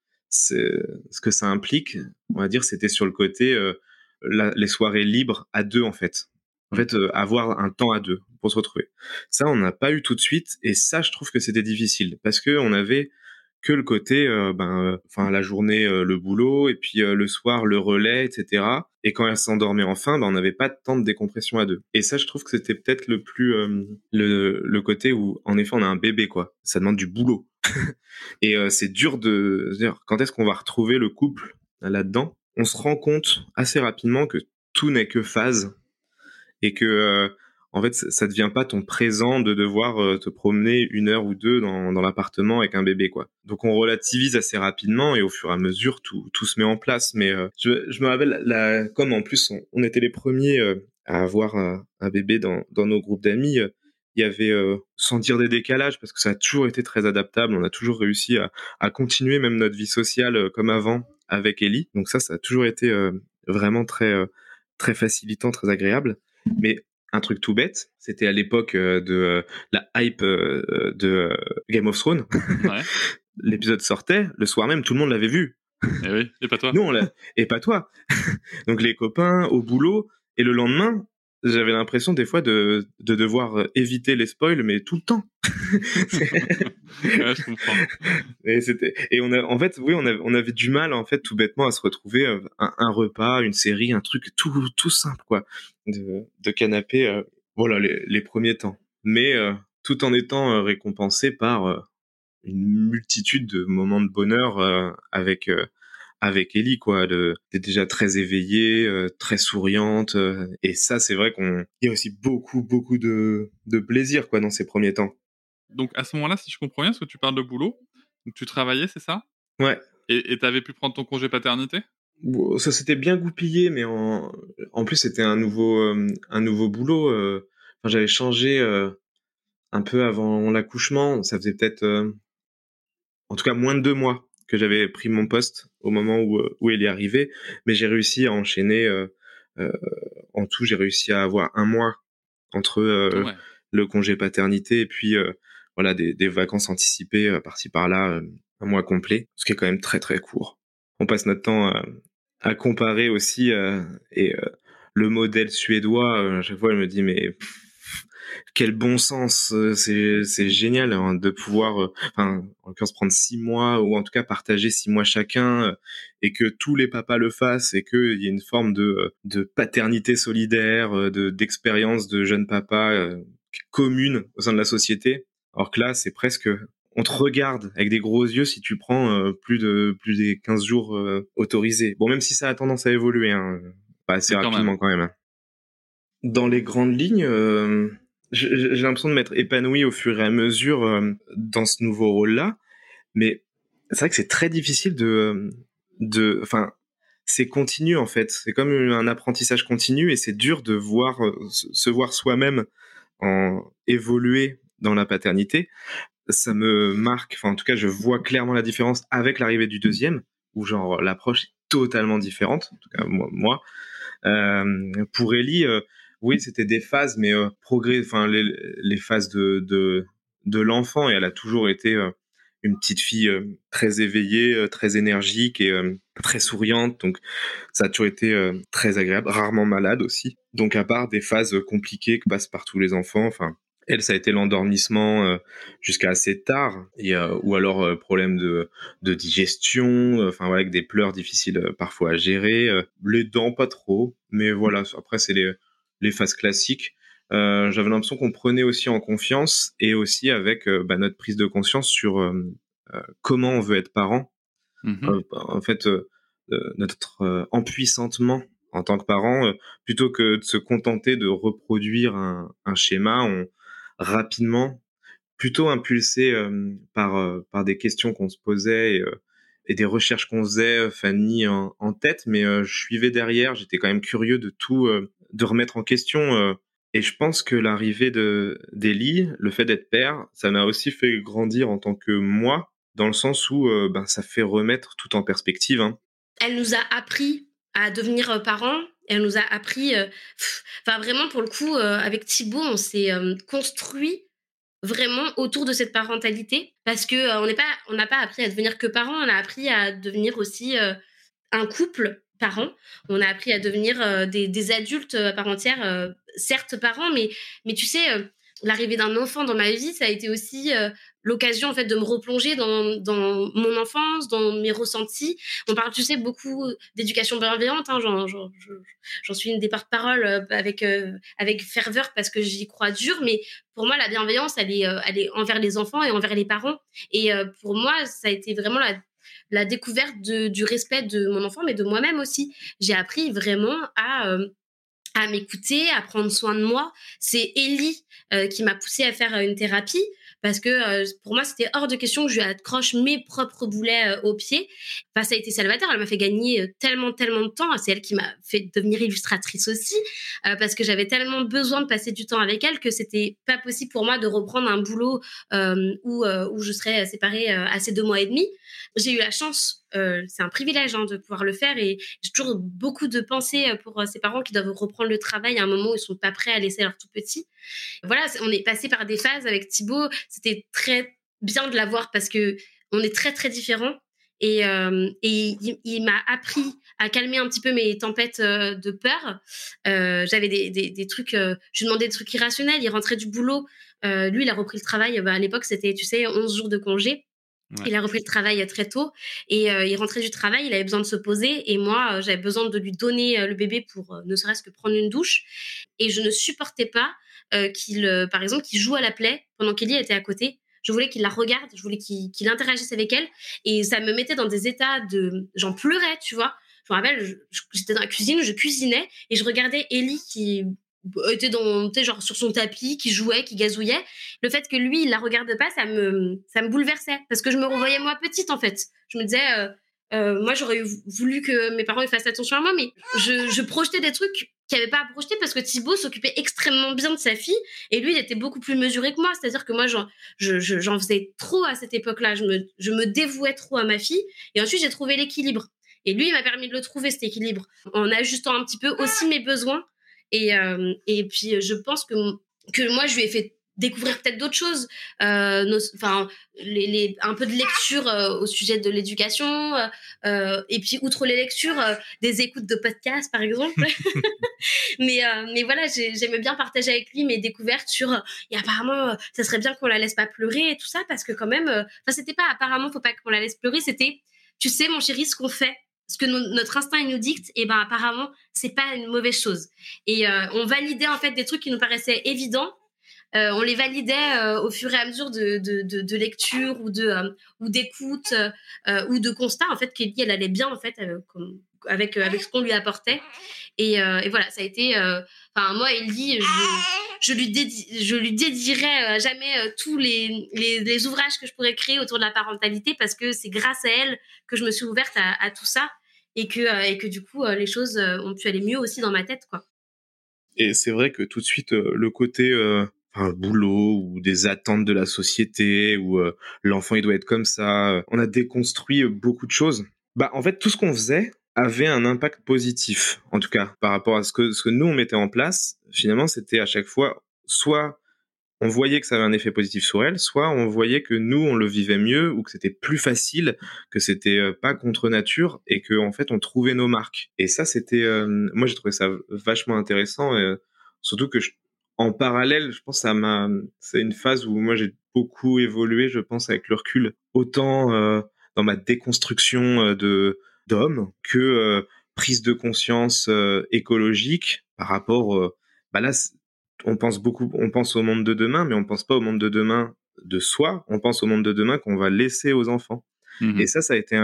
ce que ça implique, on va dire, c'était sur le côté les soirées libres à deux, en fait. En fait, avoir un temps à deux pour se retrouver. Ça, on n'a pas eu tout de suite, et ça, je trouve que c'était difficile parce que on avait que le côté, la journée, le boulot, et puis le soir, le relais, etc. Et quand elle s'endormait enfin, on n'avait pas de temps de décompression à deux. Et ça, je trouve que c'était peut-être le plus le côté où, en effet, on a un bébé, quoi. Ça demande du boulot. Et c'est dur de se dire quand est-ce qu'on va retrouver le couple là-dedans. On se rend compte assez rapidement que tout n'est que phase et que en fait, ça devient pas ton présent de devoir te promener 1 heure ou 2 dans l'appartement avec un bébé, quoi. Donc on relativise assez rapidement et au fur et à mesure, tout se met en place. Mais je me rappelle, comme en plus on était les premiers à avoir un bébé dans nos groupes d'amis, il y avait, sans dire des décalages, parce que ça a toujours été très adaptable, on a toujours réussi à continuer même notre vie sociale comme avant avec Ellie. Donc ça a toujours été vraiment très, très facilitant, très agréable. Mais un truc tout bête, c'était à l'époque de la hype de Game of Thrones. Ouais. L'épisode sortait, le soir même, tout le monde l'avait vu. Et oui, et pas toi. Nous, et pas toi. Donc les copains au boulot, et le lendemain, j'avais l'impression des fois de devoir éviter les spoils, mais tout le temps. Ouais, je comprends. Et on avait du mal, en fait, tout bêtement, à se retrouver un repas, une série, un truc tout simple, quoi, de canapé, voilà, les premiers temps. Mais tout en étant récompensé par une multitude de moments de bonheur avec Ellie, quoi. T'es déjà très éveillée, très souriante, et ça, c'est vrai qu'il y a aussi beaucoup de plaisir, quoi, dans ces premiers temps. Donc à ce moment-là, si je comprends bien, parce que tu parles de boulot, donc tu travaillais, c'est ça? Ouais. Et t'avais pu prendre ton congé paternité? Bon, ça s'était bien goupillé, mais en plus c'était un nouveau boulot. J'avais changé un peu avant l'accouchement. Ça faisait peut-être, en tout cas, moins de 2 mois que j'avais pris mon poste au moment où elle est arrivée. Mais j'ai réussi à enchaîner. En tout, j'ai réussi à avoir 1 mois entre Ouais. le congé paternité et puis voilà, des vacances anticipées par-ci par-là, 1 mois complet, ce qui est quand même très très court. On passe notre temps à comparer aussi et le modèle suédois, à chaque fois elle me dit mais quel bon sens, c'est génial hein, de pouvoir, en l'occurrence prendre 6 mois ou en tout cas partager 6 mois chacun et que tous les papas le fassent et qu'il y ait une forme de paternité solidaire, d'expérience de jeune papa commune au sein de la société. Alors que là, c'est presque, on te regarde avec des gros yeux si tu prends plus des 15 jours autorisés. Bon, même si ça a tendance à évoluer, hein, pas assez rapidement quand même. Dans les grandes lignes, j'ai l'impression de m'être épanoui au fur et à mesure dans ce nouveau rôle-là, mais c'est vrai que c'est très difficile c'est continu en fait. C'est comme un apprentissage continu et c'est dur de se voir soi-même évoluer dans la paternité. Ça me marque, en tout cas, je vois clairement la différence avec l'arrivée du deuxième, où genre l'approche est totalement différente. En tout cas, moi. Pour Ellie, oui, c'était des phases, mais les phases de l'enfant, et elle a toujours été une petite fille très éveillée, très énergique et très souriante. Donc, ça a toujours été très agréable, rarement malade aussi. Donc, à part des phases compliquées que passent par tous les enfants, elle, ça a été l'endormissement jusqu'à assez tard, ou alors problème de digestion, avec des pleurs difficiles parfois à gérer. Les dents, pas trop, mais voilà. Après, c'est les phases classiques. J'avais l'impression qu'on prenait aussi en confiance et aussi avec notre prise de conscience sur comment on veut être parent. En fait, notre empuissantement en tant que parent, plutôt que de se contenter de reproduire un schéma, rapidement, plutôt impulsé par des questions qu'on se posait et des recherches qu'on faisait, Fanny en tête, mais je suivais derrière, j'étais quand même curieux de tout, de remettre en question. Et je pense que l'arrivée d'Ellie, le fait d'être père, ça m'a aussi fait grandir en tant que moi, dans le sens où ça fait remettre tout en perspective. Hein. Elle nous a appris à devenir parents. Elle nous a appris, vraiment pour le coup, avec Thibaut, on s'est construit vraiment autour de cette parentalité, parce que on n'a pas appris à devenir que parents, on a appris à devenir aussi un couple parent. On a appris à devenir des adultes à part entière, certes parents, mais tu sais, l'arrivée d'un enfant dans ma vie, ça a été aussi l'occasion en fait de me replonger dans mon enfance, dans mes ressentis. On parle, tu sais, beaucoup d'éducation bienveillante. Hein, j'en suis une des porte-parole avec ferveur parce que j'y crois dur. Mais pour moi, la bienveillance, elle est envers les enfants et envers les parents. Et pour moi, ça a été vraiment la découverte du respect de mon enfant, mais de moi-même aussi. J'ai appris vraiment à m'écouter, à prendre soin de moi. C'est Ellie qui m'a poussée à faire une thérapie, parce que pour moi, c'était hors de question que je lui accroche mes propres boulets aux pieds. Ça a été salvateur. Elle m'a fait gagner tellement de temps. C'est elle qui m'a fait devenir illustratrice aussi, parce que j'avais tellement besoin de passer du temps avec elle que c'était pas possible pour moi de reprendre un boulot où je serais séparée à ces 2 mois et demi. J'ai eu la chance, c'est un privilège de pouvoir le faire, et j'ai toujours beaucoup de pensées pour ces parents qui doivent reprendre le travail à un moment où ils sont pas prêts à laisser leur tout petit. Voilà, on est passé par des phases avec Thibaut. C'était très bien de l'avoir parce que on est très très différents, et il m'a appris à calmer un petit peu mes tempêtes de peur. J'avais des trucs, je lui demandais des trucs irrationnels. Il rentrait du boulot, lui il a repris le travail, à l'époque c'était 11 jours de congé. Ouais. Il a repris le travail très tôt, et il rentrait du travail, il avait besoin de se poser, et moi j'avais besoin de lui donner le bébé pour ne serait-ce que prendre une douche, et je ne supportais pas par exemple qu'il joue à la Play pendant qu'Ellie était à côté. Je voulais qu'il la regarde, je voulais qu'il interagisse avec elle, et ça me mettait dans des états j'en pleurais, tu vois. Je me rappelle, j'étais dans la cuisine, je cuisinais et je regardais Ellie qui était genre sur son tapis, qui jouait, qui gazouillait. Le fait que lui, il la regarde pas, ça me bouleversait, parce que je me revoyais moi petite, en fait. Je me disais, moi, j'aurais voulu que mes parents ils fassent attention à moi, mais je projetais des trucs qu'il n'y avait pas à projeter, parce que Thibaut s'occupait extrêmement bien de sa fille, et lui, il était beaucoup plus mesuré que moi. C'est-à-dire que moi, j'en faisais trop à cette époque-là. Je me dévouais trop à ma fille, et ensuite, j'ai trouvé l'équilibre. Et lui, il m'a permis de le trouver, cet équilibre, en ajustant un petit peu aussi mes besoins. Et puis, je pense que moi, je lui ai fait découvrir peut-être d'autres choses, enfin un peu de lecture au sujet de l'éducation, et puis outre les lectures, des écoutes de podcasts par exemple. mais voilà, j'aimais bien partager avec lui mes découvertes sur et apparemment ça serait bien qu'on la laisse pas pleurer et tout ça, parce que quand même, enfin c'était pas apparemment faut pas qu'on la laisse pleurer, c'était tu sais mon chéri, ce qu'on fait, ce que notre instinct il nous dicte, et ben apparemment c'est pas une mauvaise chose. Et on validait en fait des trucs qui nous paraissaient évidents. On les validait au fur et à mesure de lecture ou d'écoute ou de constat en fait, qu'Ellie elle allait bien en fait avec ce qu'on lui apportait. Et voilà, ça a été enfin moi Ellie, je lui dédierai à jamais tous les ouvrages que je pourrais créer autour de la parentalité, parce que c'est grâce à elle que je me suis ouverte à tout ça, et que du coup les choses ont pu aller mieux aussi dans ma tête, quoi. Et c'est vrai que tout de suite le côté enfin, boulot ou des attentes de la société ou l'enfant il doit être comme ça, on a déconstruit beaucoup de choses. Bah en fait tout ce qu'on faisait avait un impact positif, en tout cas par rapport à ce que nous on mettait en place. Finalement c'était à chaque fois soit on voyait que ça avait un effet positif sur elle, soit on voyait que nous on le vivait mieux, ou que c'était plus facile, que c'était pas contre nature, et que en fait on trouvait nos marques. Et ça c'était moi j'ai trouvé ça vachement intéressant, surtout que en parallèle je pense que c'est une phase où moi j'ai beaucoup évolué, je pense, avec le recul, autant dans ma déconstruction de d'homme que prise de conscience écologique par rapport bah là on pense au monde de demain, mais on pense pas au monde de demain de soi, on pense au monde de demain qu'on va laisser aux enfants. Et ça a été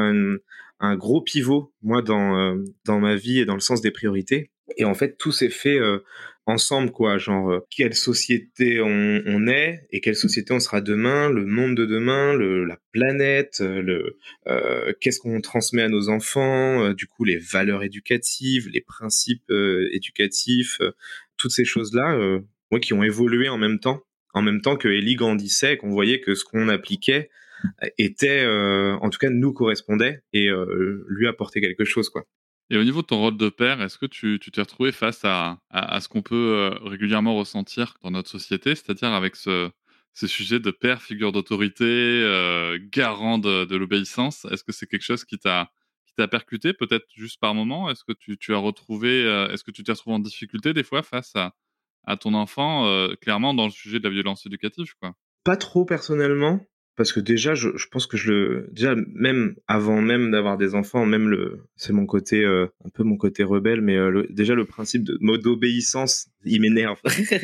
un gros pivot, moi, dans ma vie et dans le sens des priorités. Et en fait, tout s'est fait ensemble, quoi. Genre, quelle société on est et quelle société on sera demain, le monde de demain, la planète, qu'est-ce qu'on transmet à nos enfants, du coup, les valeurs éducatives, les principes éducatifs, toutes ces choses-là, moi, qui ont évolué en même temps que Ellie grandissait, et qu'on voyait que ce qu'on appliquait était, en tout cas, nous correspondait et lui apportait quelque chose, quoi. Et au niveau de ton rôle de père, est-ce que tu t'es retrouvé face à ce qu'on peut régulièrement ressentir dans notre société, c'est-à-dire avec ce sujet de père, figure d'autorité, garant de l'obéissance? Est-ce que c'est quelque chose qui t'a percuté, peut-être juste par moment? Est-ce que tu as retrouvé, est-ce que tu t'es retrouvé en difficulté des fois face à ton enfant, clairement dans le sujet de la violence éducative, quoi? Pas trop personnellement, parce que déjà, je pense que déjà, même avant même d'avoir des enfants, même c'est mon côté, un peu mon côté rebelle, mais déjà le principe de mode d'obéissance, il m'énerve.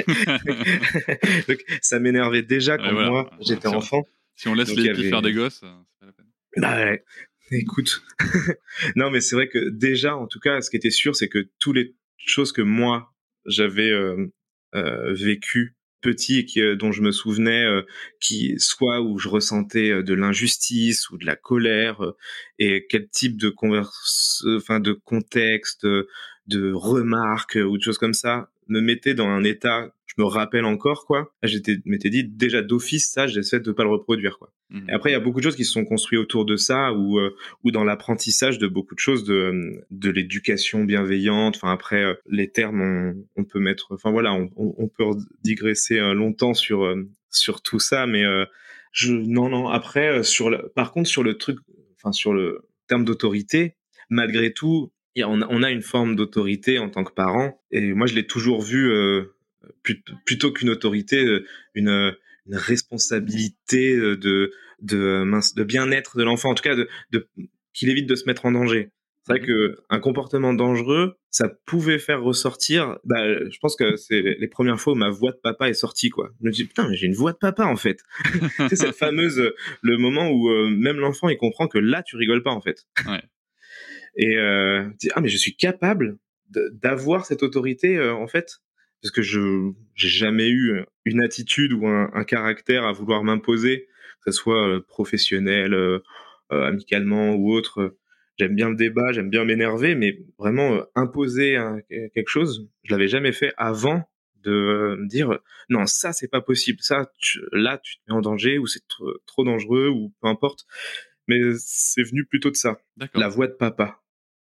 Donc, ça m'énervait déjà quand voilà. moi, j'étais enfant. Si on laisse Donc, les hippies faire des gosses, c'est pas la peine. Bah ouais, écoute. Non, mais c'est vrai que déjà, en tout cas, ce qui était sûr, c'est que toutes les choses que moi, j'avais vécues petit et dont je me souvenais, qui soit où je ressentais de l'injustice ou de la colère, et quel type de de contexte, de remarques ou de choses comme ça me mettait dans un état, je me rappelle encore, quoi. M'étais dit déjà d'office, ça j'essaie de pas le reproduire, quoi. Et après il y a beaucoup de choses qui se sont construites autour de ça, ou dans l'apprentissage de beaucoup de choses, de l'éducation bienveillante. Enfin après les termes on peut mettre, enfin voilà, on peut digresser longtemps sur tout ça, mais non après par contre sur le truc, enfin sur le terme d'autorité, malgré tout on a une forme d'autorité en tant que parent, et moi je l'ai toujours vu plutôt qu'une autorité, une responsabilité de bien-être de l'enfant, en tout cas qu'il évite de se mettre en danger. C'est vrai que un comportement dangereux, ça pouvait faire ressortir, je pense que c'est les premières fois où ma voix de papa est sortie, quoi. Je me dis putain, mais j'ai une voix de papa en fait. C'est cette fameuse, le moment où même l'enfant il comprend que là tu rigoles pas en fait. Ouais. Et mais je suis capable d'avoir cette autorité en fait, parce que j'ai jamais eu une attitude ou un caractère à vouloir m'imposer, que ce soit professionnel, amicalement ou autre. J'aime bien le débat, j'aime bien m'énerver, mais vraiment imposer quelque chose, je l'avais jamais fait avant de me dire non, ça c'est pas possible, ça là tu te mets en danger, ou c'est trop dangereux, ou peu importe. Mais c'est venu plutôt de ça, D'accord. la voix de papa.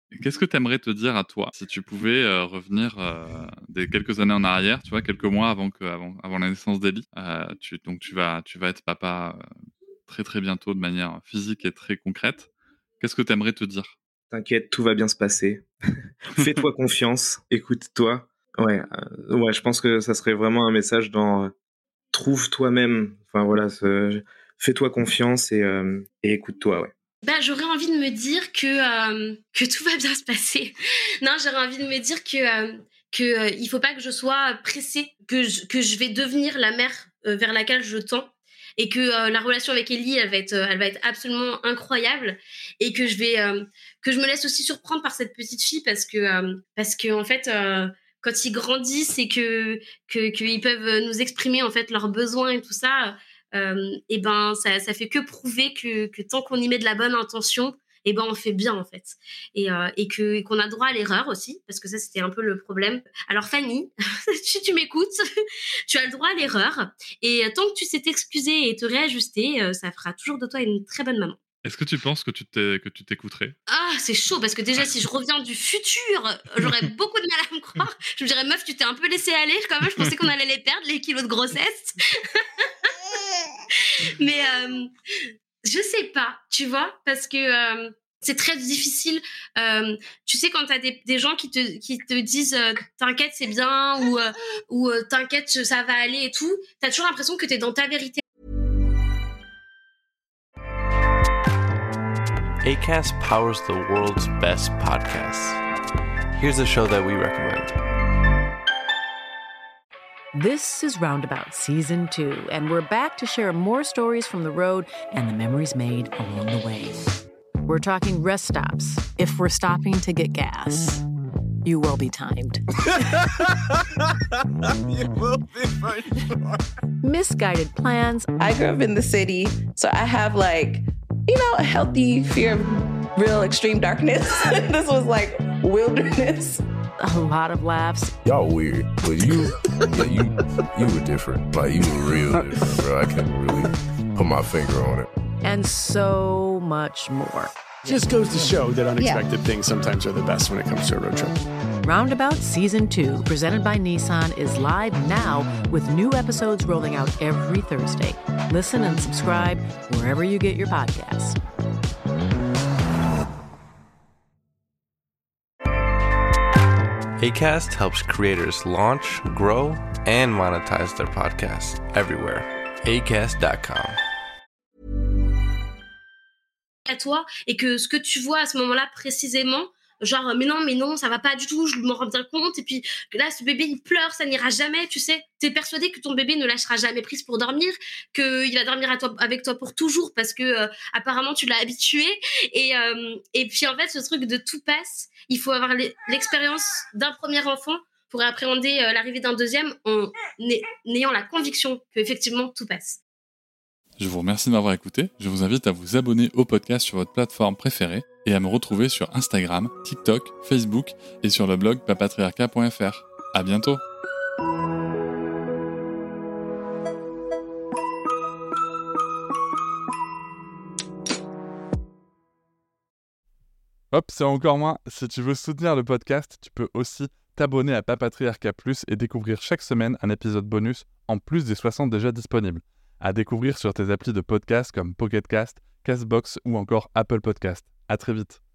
Qu'est-ce que tu aimerais te dire à toi si tu pouvais revenir des quelques années en arrière, tu vois, quelques mois avant la naissance d'Ellie. Donc tu vas être papa très très bientôt de manière physique et très concrète. Qu'est-ce que tu aimerais te dire? T'inquiète, tout va bien se passer. Fais-toi confiance, écoute-toi. Ouais, je pense que ça serait vraiment un message dans trouve toi-même. Enfin voilà, fais-toi confiance et écoute-toi, ouais. J'aurais envie de me dire que tout va bien se passer. Non, j'aurais envie de me dire que il faut pas que je sois pressée, que je vais devenir la mère vers laquelle je tends, et que la relation avec Ellie, elle va être absolument incroyable, et que que je me laisse aussi surprendre par cette petite fille, parce que en fait, quand ils grandissent et qu'ils peuvent nous exprimer en fait leurs besoins et tout ça. Et ben ça fait que prouver que tant qu'on y met de la bonne intention, et ben on fait bien en fait, et qu'on a droit à l'erreur aussi, parce que ça c'était un peu le problème. Alors Fanny, si tu m'écoutes, tu as le droit à l'erreur, et tant que tu sais t'excuser et te réajuster, ça fera toujours de toi une très bonne maman. Est-ce que tu penses que tu t'écouterais? Ah, c'est chaud, parce que déjà, si je reviens du futur, j'aurais beaucoup de mal à me croire. Je me dirais, meuf, tu t'es un peu laissé aller quand même, je pensais qu'on allait les perdre, les kilos de grossesse. Mais je sais pas, tu vois, parce que c'est très difficile. Tu sais, quand t'as des gens qui te disent t'inquiète, c'est bien, ou t'inquiète, ça va aller et tout, t'as toujours l'impression que t'es dans ta vérité. Acast powers the world's best podcasts. Here's a show that we recommend. This is Roundabout Season 2, and we're back to share more stories from the road and the memories made along the way. We're talking rest stops, if we're stopping to get gas. You will be timed. You will be for sure. Misguided plans. I grew up in the city, so I have a healthy fear of real extreme darkness. This was like wilderness. A lot of laughs. Y'all weird, but you were different. Like, you were real different, bro. I can't really put my finger on it. And so much more. Just goes to show that unexpected things sometimes are the best when it comes to a road trip. Roundabout Season 2, presented by Nissan, is live now with new episodes rolling out every Thursday. Listen and subscribe wherever you get your podcasts. Acast helps creators launch, grow, and monetize their podcasts everywhere. Acast.com. À toi, et que ce que tu vois à ce moment-là précisément, genre mais non, ça va pas du tout, je m'en rends bien compte, et puis là ce bébé il pleure, ça n'ira jamais, tu sais, t'es persuadé que ton bébé ne lâchera jamais prise pour dormir, qu'il va dormir avec toi pour toujours, parce que apparemment tu l'as habitué, et puis en fait ce truc de tout passe, il faut avoir l'expérience d'un premier enfant pour appréhender l'arrivée d'un deuxième en ayant la conviction qu'effectivement tout passe. Je vous remercie de m'avoir écouté. Je vous invite à vous abonner au podcast sur votre plateforme préférée et à me retrouver sur Instagram, TikTok, Facebook et sur le blog papatriarca.fr. À bientôt. Hop, c'est encore moins. Si tu veux soutenir le podcast, tu peux aussi t'abonner à Papatriarca Plus et découvrir chaque semaine un épisode bonus en plus des 60 déjà disponibles. À découvrir sur tes applis de podcast comme Pocket Cast, Castbox ou encore Apple Podcast. À très vite.